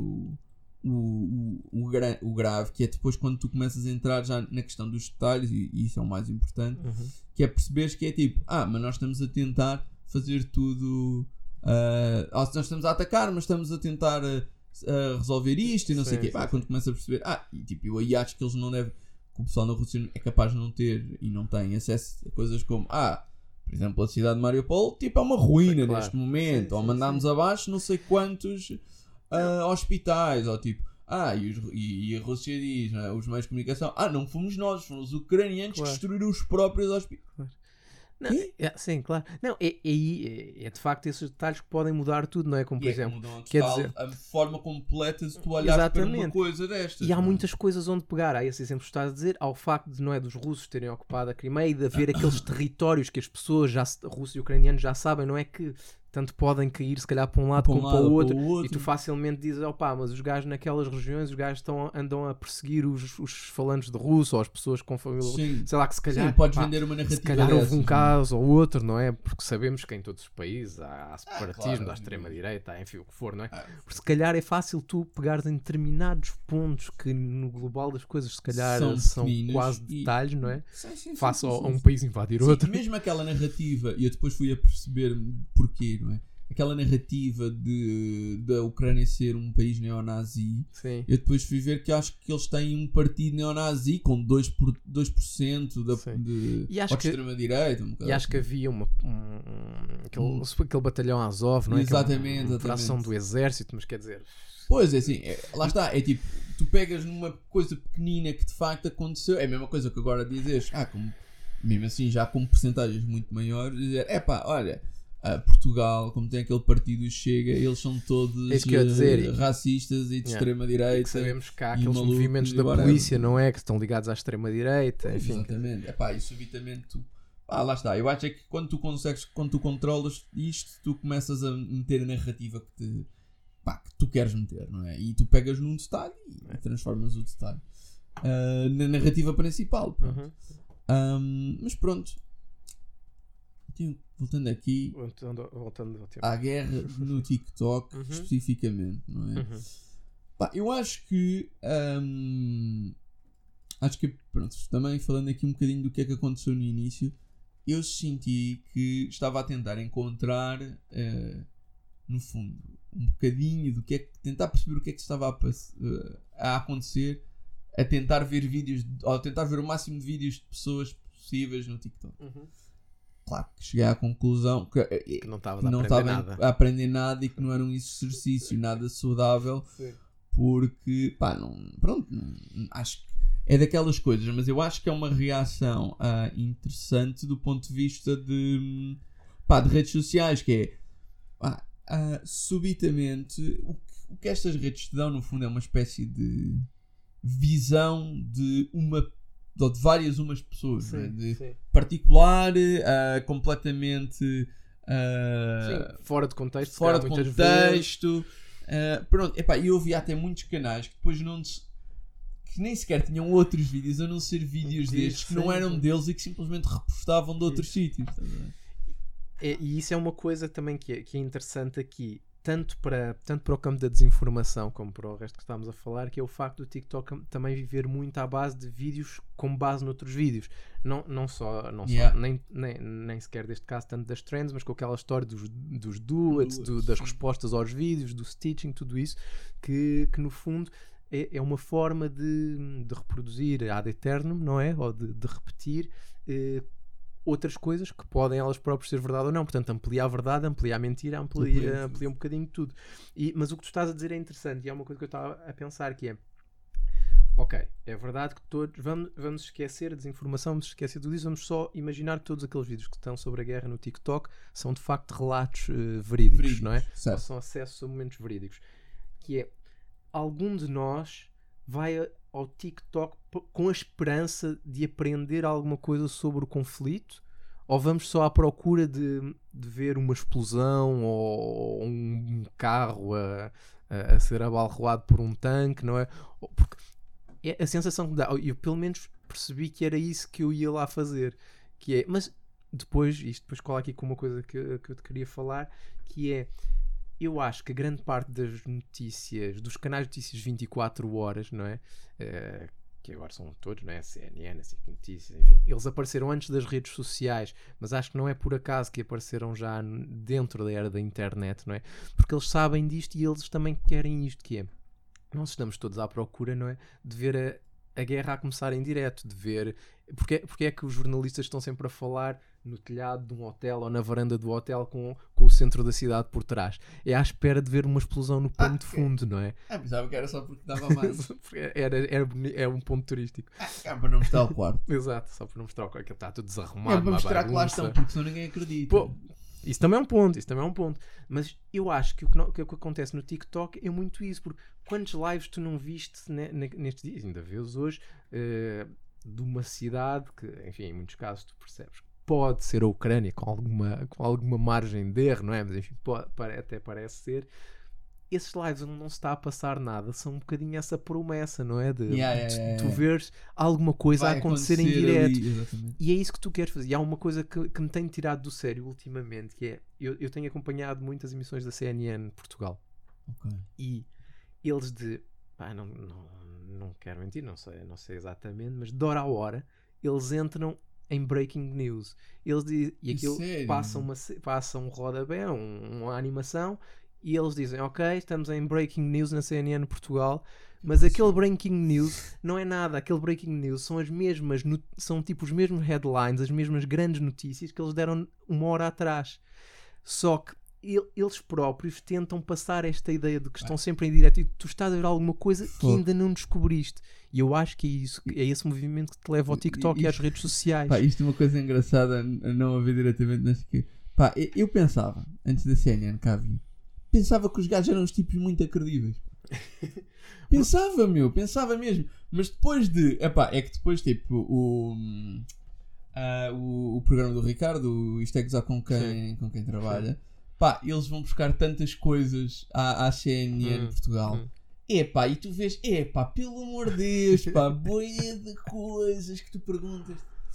o grave, que é depois quando tu começas a entrar já na questão dos detalhes, e isso é o mais importante, que é perceberes que é tipo, mas nós estamos a tentar fazer tudo, nós estamos a atacar, mas estamos a tentar resolver isto e não sei o quê. Quando começas a perceber, e tipo, eu aí acho que eles não devem, que o pessoal na Rússia é capaz de não ter e não tem acesso a coisas como por exemplo, a cidade de Mariupol, tipo, é uma ruína neste momento, ou mandámos abaixo não sei quantos hospitais, ou tipo, e a Rússia diz, não é? Os meios de comunicação, não fomos nós, foram os ucranianos que destruíram os próprios hospitais. Não, sim, claro. Não, é de facto esses detalhes que podem mudar tudo, não é? Como por exemplo, quer dizer, a forma completa de tu olhares para uma coisa destas. E há muitas coisas onde pegar. Há esse exemplo que estás a dizer, ao facto de, não é, dos russos terem ocupado a Crimeia e de haver aqueles territórios que as pessoas, russos e ucranianos, já sabem, não é? Que tanto podem cair, se calhar, para um lado como para o outro, e tu facilmente dizes, mas os gajos naquelas regiões, os gajos andam a perseguir os falantes de russo, ou as pessoas com família, sei lá, que se calhar podes vender uma narrativa, se calhar houve um caso ou outro, não é? Porque sabemos que em todos os países há separatismo, há extrema-direita, enfim, o que for, não é? Porque se calhar é fácil tu pegares em determinados pontos que no global das coisas se calhar são quase detalhes, não é? Face a um país invadir outro. Mesmo aquela narrativa, e eu depois fui a perceber porquê, não é? Aquela narrativa da Ucrânia ser um país neonazi, eu depois fui ver que acho que eles têm um partido neonazi com 2% de extrema-direita. E acho que havia aquele batalhão Azov, não é? Exatamente. Uma operação do exército, mas quer dizer... Pois, é assim, lá está, é tipo, tu pegas numa coisa pequenina que de facto aconteceu, é a mesma coisa que agora dizes, mesmo assim já com percentagens muito maiores, dizer, olha... Portugal, como tem aquele partido Chega, eles são todos racistas e de extrema-direita. Sabemos que há aqueles movimentos da polícia, não é? Que estão ligados à extrema-direita. Enfim. Exatamente. E subitamente lá está. Eu acho é que quando tu controlas isto, tu começas a meter a narrativa que tu queres meter, não é? E tu pegas num detalhe e transformas o detalhe na narrativa principal. Mas pronto. Voltando aqui voltando ao tempo. À guerra no TikTok especificamente, não é? Eu acho que pronto, também falando aqui um bocadinho do que é que aconteceu no início, eu senti que estava a tentar encontrar no fundo um bocadinho do que é que tentar perceber o que é que estava a acontecer, a tentar ver vídeos, ou a tentar ver o máximo de vídeos de pessoas possíveis no TikTok. Claro que cheguei à conclusão que não estava a aprender nada e que não era um exercício nada saudável. Porque acho que é daquelas coisas, mas eu acho que é uma reação interessante do ponto de vista de redes sociais, que é subitamente o que estas redes te dão no fundo é uma espécie de visão de várias pessoas, particular, completamente fora de contexto, pronto, e eu vi até muitos canais que depois que nem sequer tinham outros vídeos, a não ser vídeos destes que não eram deles e que simplesmente repostavam de outros sítios. E isso é uma coisa também que é interessante aqui, tanto para o campo da desinformação como para o resto que estamos a falar, que é o facto do TikTok também viver muito à base de vídeos com base noutros vídeos, não só nem sequer deste caso tanto das trends, mas com aquela história dos duets, das respostas aos vídeos, do stitching, tudo isso que no fundo é uma forma de reproduzir ad eternum, não é? Ou de repetir outras coisas que podem elas próprias ser verdade ou não. Portanto, amplia a verdade, amplia a mentira, amplia um bocadinho de tudo. Mas o que tu estás a dizer é interessante, e é uma coisa que eu estava a pensar, que é, ok, é verdade que todos vamos esquecer a desinformação, vamos esquecer tudo isso, vamos só imaginar que todos aqueles vídeos que estão sobre a guerra no TikTok são de facto relatos verídicos, não é? Ou são acessos a momentos verídicos. Que é, algum de nós vai ao TikTok com a esperança de aprender alguma coisa sobre o conflito, ou vamos só à procura de ver uma explosão ou um carro a ser abalroado por um tanque, não é? Porque é a sensação que dá. Eu pelo menos percebi que era isso que eu ia lá fazer, que é, mas depois cola aqui com uma coisa que eu te queria falar, que é, eu acho que a grande parte das notícias, dos canais de notícias 24 horas, não é? Que agora são todos, não é? CNN, assim, notícias, enfim. Eles apareceram antes das redes sociais, mas acho que não é por acaso que apareceram já dentro da era da internet, não é? Porque eles sabem disto e eles também querem isto, que é, nós estamos todos à procura, não é? De ver a guerra a começar em direto, de ver... Porque é que os jornalistas estão sempre a falar no telhado de um hotel ou na varanda do hotel com o centro da cidade por trás? É à espera de ver uma explosão no pano de fundo, não é? Pensava que era só porque dava mais. era um ponto turístico. Para não mostrar o quarto. Exato, só para não mostrar o quarto, que está tudo desarrumado. Para mostrar que lá estão, porque senão ninguém acredita. Pô, isso também é um ponto. Mas eu acho que o que acontece no TikTok é muito isso, porque quantos lives tu não viste nestes dias, ainda vês hoje, de uma cidade que, enfim, em muitos casos tu percebes que pode ser a Ucrânia com alguma margem de erro, não é? Mas enfim, até parece ser. Esses lives onde não se está a passar nada são um bocadinho essa promessa, não é? De tu veres alguma coisa a acontecer em direto. E é isso que tu queres fazer. E há uma coisa que me tem tirado do sério ultimamente, que é, eu tenho acompanhado muitas emissões da CNN Portugal. Okay. E eles não quero mentir, não sei exatamente, mas de hora a hora eles entram em breaking news. Eles dizem, e aquilo passa um rodapé, uma animação, e eles dizem, ok, estamos em breaking news na CNN Portugal, mas aquele breaking news não é nada. Aquele breaking news são são tipo os mesmos headlines, as mesmas grandes notícias que eles deram uma hora atrás. Só que eles próprios tentam passar esta ideia de que estão sempre em direto e tu estás a ver alguma coisa que ainda não descobriste. E eu acho que é esse movimento que te leva ao TikTok e às redes sociais. Isto é uma coisa engraçada a não haver diretamente, mas que eu pensava, antes da CNN cá vi, pensava que os gajos eram uns tipos muito acredíveis. Pensava mesmo. Mas depois é que depois tipo o programa do Ricardo, o Isto é Gozar com quem trabalha, eles vão buscar tantas coisas à CNN Portugal. E tu vês, pelo amor de Deus, boia de coisas que tu perguntas.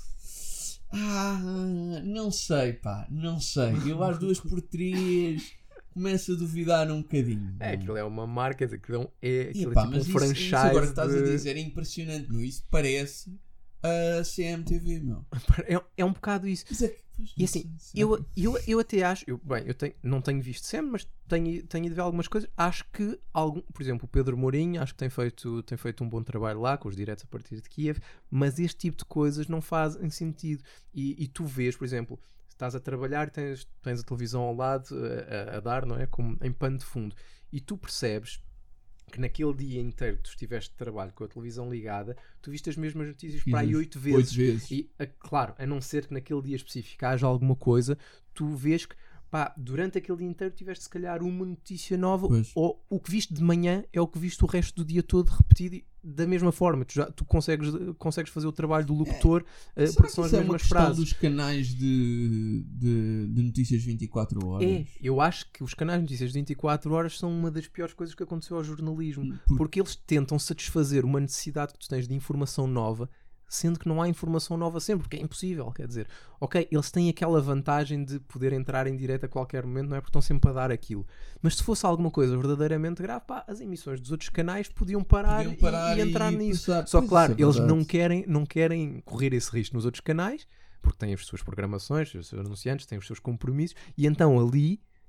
Não sei. Eu às 2x3 começo a duvidar um bocadinho. Aquilo é uma marca, aquilo é tipo um franchise. Isso agora estás a dizer é impressionante, meu. Isso parece a CMTV, meu. É um bocado isso. E assim, eu até acho, não tenho visto sempre, mas tenho ido ver algumas coisas. Acho que por exemplo, o Pedro Mourinho, acho que tem feito um bom trabalho lá com os diretos a partir de Kiev, mas este tipo de coisas não fazem sentido. E tu vês, por exemplo, estás a trabalhar, tens a televisão ao lado a dar, não é? Como em pano de fundo, e tu percebes que naquele dia inteiro que tu estiveste de trabalho com a televisão ligada, tu viste as mesmas notícias para aí 8 vezes. E, claro, a não ser que naquele dia específico haja alguma coisa, tu vês que durante aquele dia inteiro tiveste se calhar uma notícia nova, ou o que viste de manhã é o que viste o resto do dia todo repetido da mesma forma. Tu consegues fazer o trabalho do locutor, porque são as mesmas frases. Dos canais de notícias 24 horas. Eu acho que os canais de notícias 24 horas são uma das piores coisas que aconteceu ao jornalismo, porque eles tentam satisfazer uma necessidade que tu tens de informação nova, sendo que não há informação nova sempre, porque é impossível. Quer dizer, ok, eles têm aquela vantagem de poder entrar em direto a qualquer momento, não é? Porque estão sempre a dar aquilo. Mas se fosse alguma coisa verdadeiramente grave, as emissões dos outros canais podiam parar e entrar nisso. Só que, claro, eles não querem correr esse risco nos outros canais, porque têm as suas programações, os seus anunciantes, têm os seus compromissos, e então ali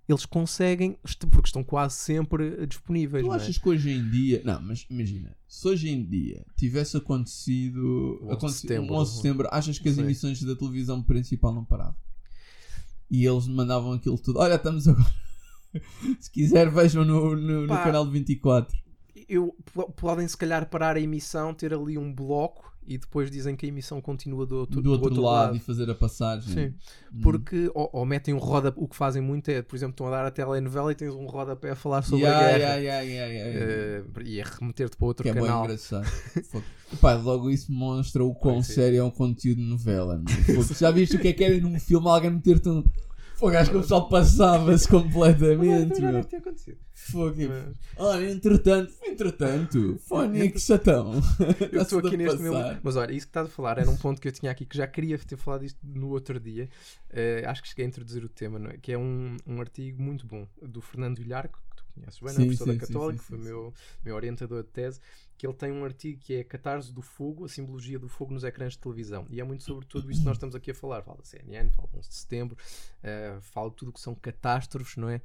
eles conseguem, porque estão quase sempre disponíveis. Tu não é? achas que hoje em dia... Não, mas imagina, se hoje em dia tivesse acontecido... 11 de setembro. 11 de setembro, achas que as Sim. emissões da televisão principal não paravam? E eles mandavam aquilo tudo. Olha, estamos agora... Se quiser, vejam no canal de 24. Podem se calhar parar a emissão, ter ali um bloco e depois dizem que a emissão continua do outro lado E fazer a passagem. Sim, porque ou metem um rodapé. O que fazem muito é, por exemplo, estão a dar a telenovela e tens um rodapé a falar sobre a guerra e a remeter-te para outro que canal. É bem engraçado. Pá, logo isso mostra o quão sério é um conteúdo de novela. Já viste o que era num filme alguém meter-te um... Fogo, acho que o pessoal passava-se completamente. Não deve ter acontecido. Fogo. Olha, entretanto, Fónix chatão. Eu estou aqui neste momento. Mas olha, isso que estás a falar era um ponto que eu tinha aqui que já queria ter falado isto no outro dia. Acho que cheguei a introduzir o tema, não é? Que é um artigo muito bom do Fernando Villarco, que tu conheces bem, professor da Católica, que foi meu orientador de tese. Que ele tem um artigo que é Catarse do Fogo, a simbologia do fogo nos ecrãs de televisão. E é muito sobre tudo isso que nós estamos aqui a falar. Fala da CNN, fala do 11 de setembro, fala de tudo o que são catástrofes, não é?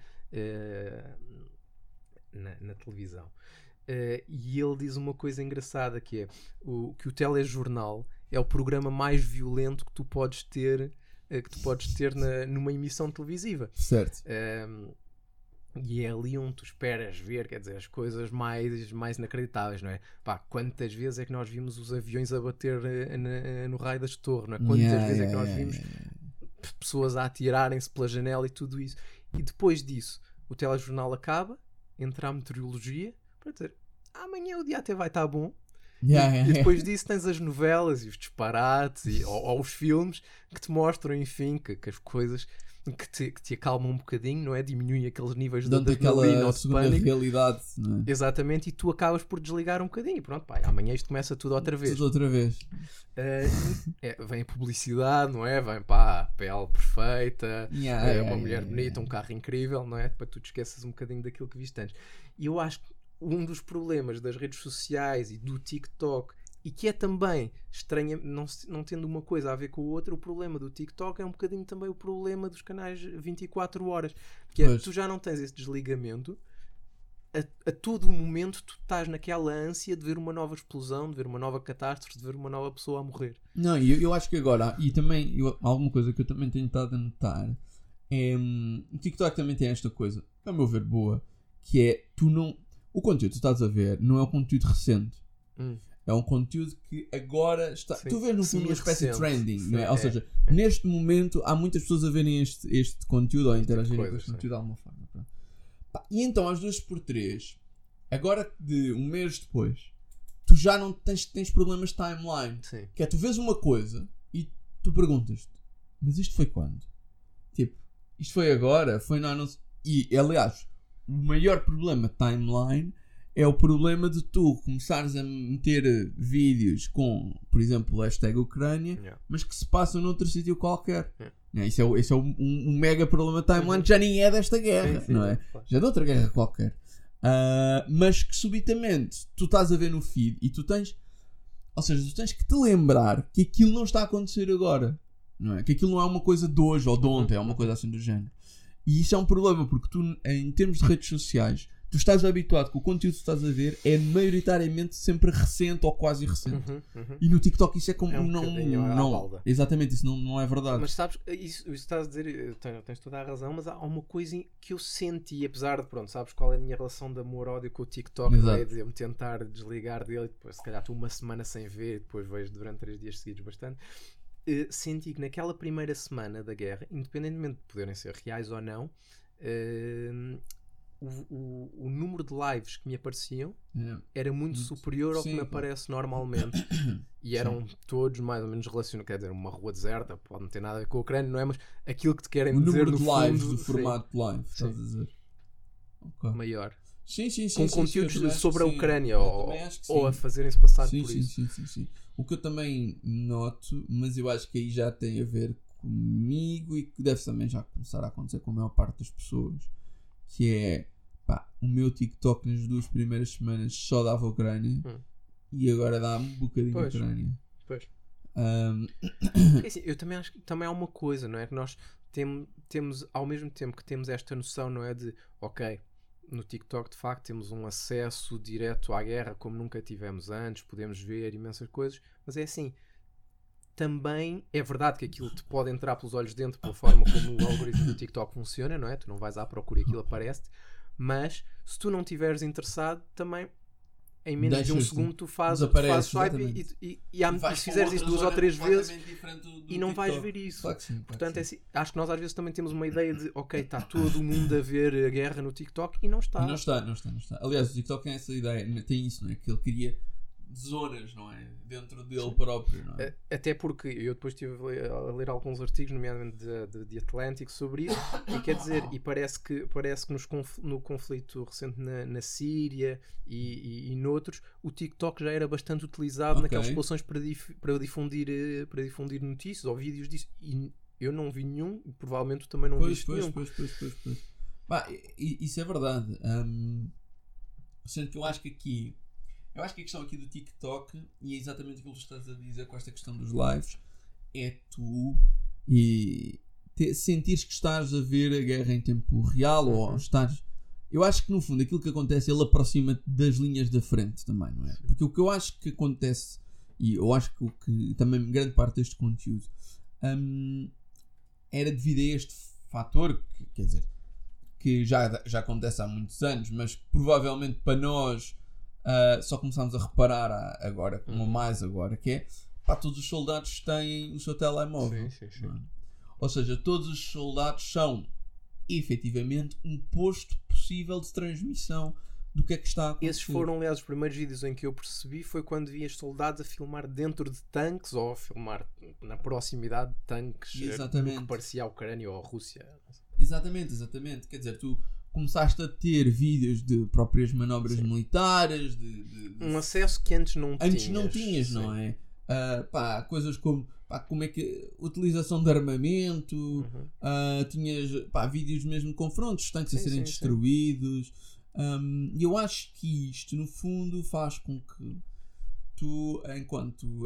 Na televisão. E ele diz uma coisa engraçada que é que o telejornal é o programa mais violento que tu podes ter numa emissão televisiva. Certo. E é ali onde tu esperas ver, quer dizer, as coisas mais inacreditáveis, não é? Pá, quantas vezes é que nós vimos os aviões a bater no raio das torres, não é? Quantas vezes é que nós vimos pessoas a atirarem-se pela janela e tudo isso. E depois disso, o telejornal acaba, entra a meteorologia, para dizer, amanhã o dia até vai estar bom. E depois disso tens as novelas e os disparates ou os filmes que te mostram, enfim, que as coisas... Que te acalmam um bocadinho, não é? Diminuem aqueles níveis de adrenalina ou de pânico. Realidade, não é? Exatamente, e tu acabas por desligar um bocadinho. E pronto, pá, amanhã isto começa tudo outra vez. Vem a publicidade, não é? Vem pá, a pele perfeita, uma mulher bonita, um carro incrível, não é? Para tu te esqueças um bocadinho daquilo que viste antes. E eu acho que um dos problemas das redes sociais e do TikTok, e que é também estranho, não tendo uma coisa a ver com a outra, o problema do TikTok é um bocadinho também o problema dos canais 24 horas. Que é, tu já não tens esse desligamento, a todo momento tu estás naquela ânsia de ver uma nova explosão, de ver uma nova catástrofe, de ver uma nova pessoa a morrer. Não, eu acho que agora, e também, alguma coisa que eu também tenho estado a notar, é, o TikTok também tem esta coisa, a meu ver boa, que é, o conteúdo que tu estás a ver não é um conteúdo recente. É um conteúdo que agora está... Sim. Tu vês no fundo uma espécie de trending, não é? Ou seja, neste momento há muitas pessoas a verem este conteúdo ou a interagirem com este conteúdo de alguma forma. E então, às 2x3, agora de um mês depois, tu já não tens problemas de timeline. Sim. Que é, tu vês uma coisa e tu perguntas-te, mas isto foi quando? Tipo, isto foi agora? Foi no anúncio? E, aliás, o maior problema de timeline é o problema de tu começares a meter vídeos com, por exemplo, o hashtag Ucrânia, mas que se passam noutro sítio qualquer. Esse é um mega problema de timeline que já nem é desta guerra, não é? Claro. Já é de outra guerra qualquer. Mas que subitamente tu estás a ver no feed e tu tens que te lembrar que aquilo não está a acontecer agora, não é? Que aquilo não é uma coisa de hoje ou de ontem, é uma coisa assim do género. E isso é um problema porque tu, em termos de redes sociais, tu estás habituado que o conteúdo que estás a ver é maioritariamente sempre recente ou quase recente. E no TikTok isso é como... Exatamente, isso não é verdade. Mas sabes, isso estás a dizer, tens toda a razão, mas há uma coisa que eu senti, apesar de, pronto, sabes qual é a minha relação de amor-ódio com o TikTok, é de eu me tentar desligar dele, depois se calhar estou uma semana sem ver, depois vejo durante 3 dias seguidos bastante. Senti que naquela primeira semana da guerra, independentemente de poderem ser reais ou não, o número de lives que me apareciam era muito superior ao que me aparece normalmente. E eram todos mais ou menos relacionados. Quer dizer, uma rua deserta pode não ter nada a ver com a Ucrânia, não é? Mas aquilo que te querem dizer no fundo... O número de lives, do formato de live, estás a dizer. Maior. Sim. Com conteúdos sobre a Ucrânia ou a fazerem-se passar por isso. Sim. O que eu também noto, mas eu acho que aí já tem a ver comigo e que deve também já começar a acontecer com a maior parte das pessoas, que é, o meu TikTok nas 2 primeiras semanas só dava Ucrânia e agora dá-me um bocadinho Ucrânia. Pois. Assim, eu também acho que também há uma coisa, não é? Que temos, ao mesmo tempo que temos esta noção, não é, de, ok, no TikTok de facto temos um acesso direto à guerra como nunca tivemos antes, podemos ver imensas coisas, mas é assim, também é verdade que aquilo te pode entrar pelos olhos dentro pela forma como o algoritmo do TikTok funciona, não é? Tu não vais à procura e aquilo aparece-te, mas se tu não estiveres interessado, também em menos de um segundo tu fazes swipe e se fizeres isso 2 ou 3 vezes e não vais ver isso. Claro que sim, Portanto, acho que nós às vezes também temos uma ideia de ok, está todo o mundo a ver a guerra no TikTok e não está. Não está. Aliás, o TikTok tem essa ideia, tem isso, não é? Que ele cria zonas, não é? Dentro dele próprio, não é? Até porque eu depois estive a ler alguns artigos, nomeadamente de The Atlantic, sobre isso, e quer dizer, e parece que no conflito recente na Síria e noutros, o TikTok já era bastante utilizado naquelas populações para difundir notícias ou vídeos disso, e eu não vi nenhum, e provavelmente também não vi nenhum. Bah, isso é verdade. Sendo que eu acho que a questão aqui do TikTok, e é exatamente aquilo que tu estás a dizer com esta questão dos lives, é tu sentires que estás a ver a guerra em tempo real, ou estás... Eu acho que no fundo aquilo que acontece, ele aproxima-te das linhas da frente também, não é? Porque o que eu acho que acontece, e eu acho que também grande parte deste conteúdo era devido a este fator, quer dizer, que já acontece há muitos anos, mas provavelmente para nós só começámos a reparar agora, como mais agora, que é, todos os soldados têm o seu telemóvel. Sim. Ou seja, todos os soldados são efetivamente um posto possível de transmissão do que é que está a acontecer. Esses foram, aliás, os primeiros vídeos em que eu percebi foi quando vi os soldados a filmar dentro de tanques ou a filmar na proximidade de tanques, no que parecia a Ucrânia ou a Rússia. Exatamente. Quer dizer, tu começaste a ter vídeos de próprias manobras militares, um acesso que antes não tinhas. Antes não tinhas, não é? Coisas como é que utilização de armamento, tinhas vídeos mesmo de confrontos, tanques a serem destruídos. E eu acho que isto no fundo faz com que tu, enquanto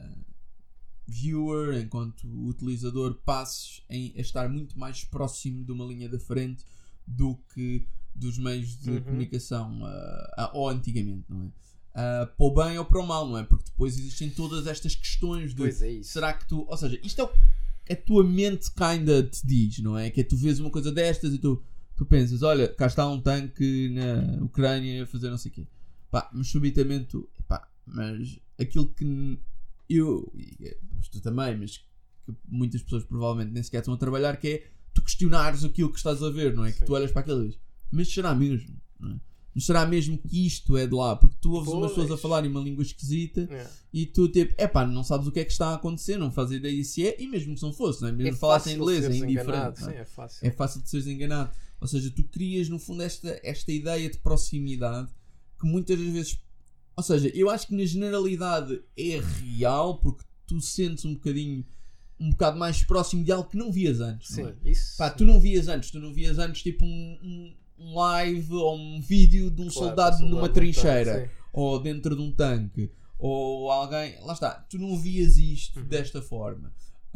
viewer, enquanto utilizador, passes a estar muito mais próximo de uma linha da frente do que dos meios de comunicação ou antigamente, não é? Para o bem ou para o mal, não é? Porque depois existem todas estas questões de será que tu, ou seja, isto é o que a tua mente kinda te diz, não é? Que é tu vês uma coisa destas e tu pensas, olha, cá está um tanque na Ucrânia a fazer não sei o quê, mas subitamente tu, mas aquilo que eu, e tu também, mas que muitas pessoas provavelmente nem sequer estão a trabalhar, que é tu questionares aquilo que estás a ver, não é? Que tu olhas para aquilo e dizes, mas será mesmo? Não é? Mas será mesmo que isto é de lá? Porque tu ouves umas pessoas a falar em uma língua esquisita e tu tipo, não sabes o que é que está a acontecer, não fazes ideia se é, e mesmo que não fosse, não é? Mesmo falassem inglês, é indiferente. Sim, é fácil. É fácil de seres enganado. Ou seja, tu crias no fundo esta ideia de proximidade que muitas das vezes, ou seja, eu acho que na generalidade é real porque tu sentes um bocado mais próximo de algo que não vias antes. Sim, não é? isso. Tu não vias antes tipo um live ou um vídeo de um soldado numa trincheira ou dentro de um tanque ou alguém, lá está, tu não vias isto desta forma.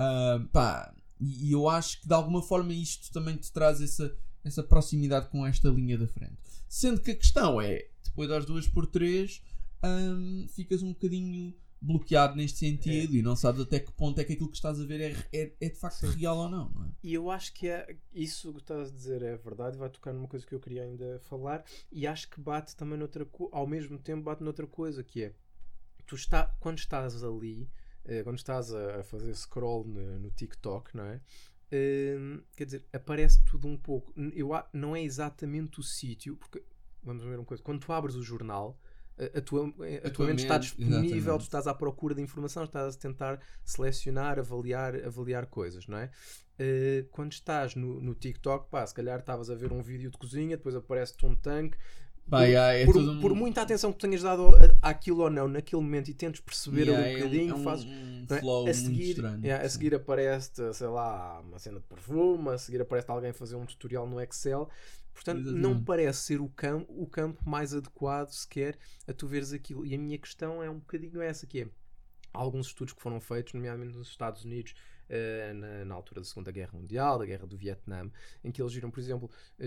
E eu acho que de alguma forma isto também te traz essa proximidade com esta linha da frente. Sendo que a questão é, depois das 2x3 ficas um bocadinho bloqueado neste sentido e não sabes até que ponto é que aquilo que estás a ver é de facto real ou não, não é? E eu acho que isso que estás a dizer é verdade, vai tocar numa coisa que eu queria ainda falar, e acho que bate também ao mesmo tempo bate noutra coisa, que é quando estás ali, quando estás a fazer scroll no TikTok, não é? Quer dizer, aparece tudo um pouco, não é exatamente o sítio, porque vamos ver uma coisa, quando tu abres o jornal, a tua mente está disponível, tu estás à procura de informação, estás a tentar selecionar, avaliar coisas, não é? Quando estás no TikTok, se calhar estavas a ver um vídeo de cozinha, depois aparece-te um tanque. Por muita atenção que tenhas dado àquilo ou não naquele momento e tentes perceber ali um bocadinho, fazes flow a seguir, estranho, a seguir aparece-te, sei lá, uma cena de perfume, a seguir aparece alguém a fazer um tutorial no Excel. Portanto, não parece ser o campo mais adequado sequer a tu veres aquilo. E a minha questão é um bocadinho essa, que é, há alguns estudos que foram feitos, nomeadamente nos Estados Unidos, na altura da Segunda Guerra Mundial, da Guerra do Vietnã, em que eles viram, por exemplo,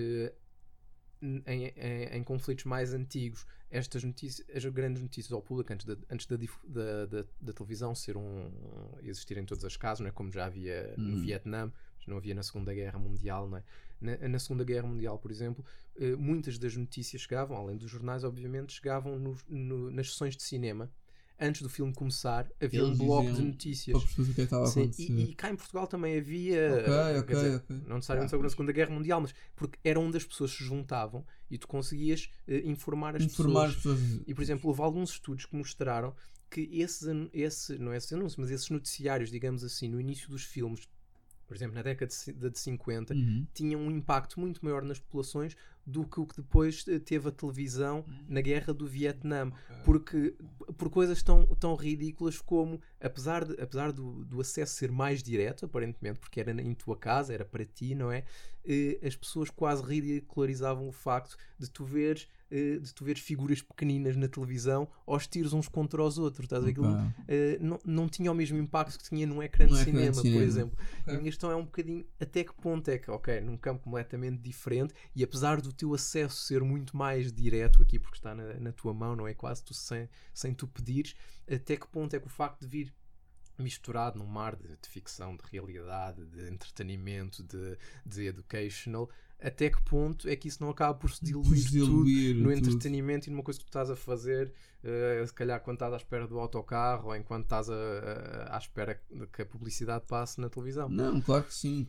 em conflitos mais antigos, estas notícias, as grandes notícias ao público, antes da televisão existir em todas as casas, não é? Como já havia no Vietnã, mas não havia na Segunda Guerra Mundial, não é? Na Segunda Guerra Mundial, por exemplo, muitas das notícias chegavam, além dos jornais, obviamente, chegavam nas sessões de cinema. Antes do filme começar, havia um bloco de notícias. Para perceber o que estava a acontecer. E cá em Portugal também havia. Ok. Não necessariamente sobre a Segunda Guerra Mundial, mas porque era onde as pessoas se juntavam e tu conseguias informar as pessoas. E, por exemplo, houve alguns estudos que mostraram que não é esse anúncio, mas esses noticiários, digamos assim, no início dos filmes, por exemplo, na década de 50, tinham um impacto muito maior nas populações do que o que depois teve a televisão na Guerra do Vietnã. Porque por coisas tão ridículas como, apesar do acesso ser mais direto, aparentemente, porque era em tua casa, era para ti, não é? As pessoas quase ridicularizavam o facto de tu veres figuras pequeninas na televisão aos tiros uns contra os outros, estás a ver? Não tinha o mesmo impacto que tinha num ecrã de cinema, por exemplo. E a minha questão é um bocadinho até que ponto é que, num campo completamente diferente, e apesar do teu acesso ser muito mais direto aqui, porque está na tua mão, não é? Quase tu sem tu pedires, até que ponto é que o facto de vir misturado num mar de ficção, de realidade, de entretenimento, de educational, até que ponto é que isso não acaba por se diluir tudo no entretenimento e numa coisa que tu estás a fazer, se calhar quando estás à espera do autocarro ou enquanto estás à espera de que a publicidade passe na televisão. Não, claro que sim.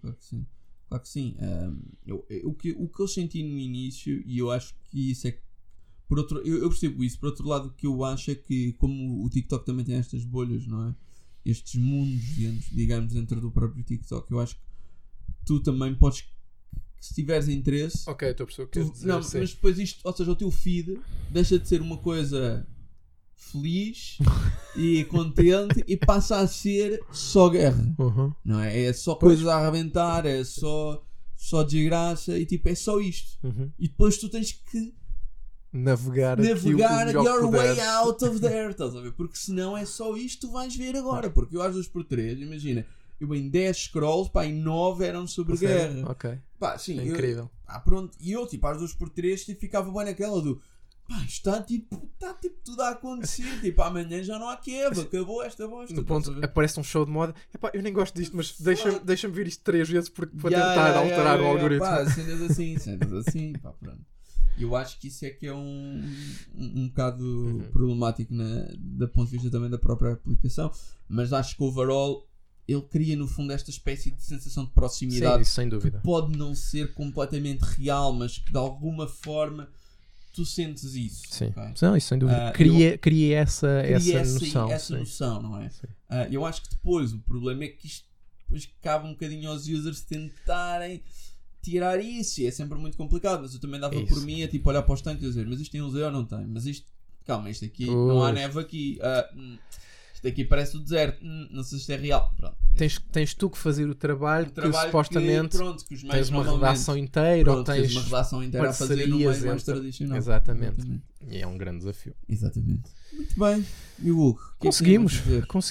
O que eu senti no início, e eu acho que isso é que, eu percebo isso. Por outro lado, o que eu acho é que, como o TikTok também tem estas bolhas, não é? Estes mundos, digamos, dentro do próprio TikTok, eu acho que tu também podes, se tiveres interesse. Ok, estou a perceber o que queres dizer. Não, mas depois isto, ou seja, o teu feed deixa de ser uma coisa feliz e contente e passa a ser só guerra. Não é? É só coisas a arrebentar, é só desgraça e tipo, é só isto. E depois tu tens que navegar your way out of there, estás a ver? Porque senão é só isto que tu vais ver agora. Porque eu às 2x3, imagina, eu em 10 scrolls, em 9 eram sobre guerra. Ok. Sim, é incrível. Pronto. E eu, tipo, às 2x3 ficava bem naquela do está tipo tudo a acontecer. Tipo, amanhã já não há Kiev, acabou esta bosta. No ponto, aparece um show de moda. Eu nem gosto disto, mas deixa-me ver isto 3 vezes para tentar alterar o algoritmo. Cenas assim, pronto. Eu acho que isso é que é um bocado problemático da ponto de vista também da própria aplicação, mas acho que overall ele cria no fundo esta espécie de sensação de proximidade. Sim, sem dúvida. Que pode não ser completamente real, mas que de alguma forma tu sentes isso. Sim, okay? Isso sem dúvida. Cria essa noção. Essa noção, não é? Eu acho que depois o problema é que isto depois cabe um bocadinho aos users tentarem tirar isso, e é sempre muito complicado, mas eu também dava por mim a tipo olhar para os tanques e dizer, mas isto tem luz ou não tem? Mas isto, calma, isto aqui não há neve aqui, isto aqui parece o deserto, não sei se isto é real. Pronto. Tens tu que fazer o trabalho que supostamente que os tens uma redação inteira, ou tens uma redação inteira a fazer no meio mais tradicional. Exatamente. E é um grande desafio. Exatamente. Muito bem. E o Hugo? Conseguimos,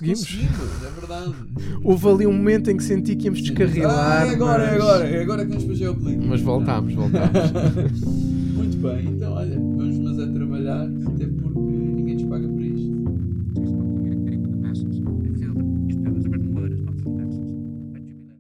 é verdade. Houve ali um momento em que senti que íamos descarrilar. É agora que nos fazia o clique. Mas voltámos. Muito bem, então olha, vamos mas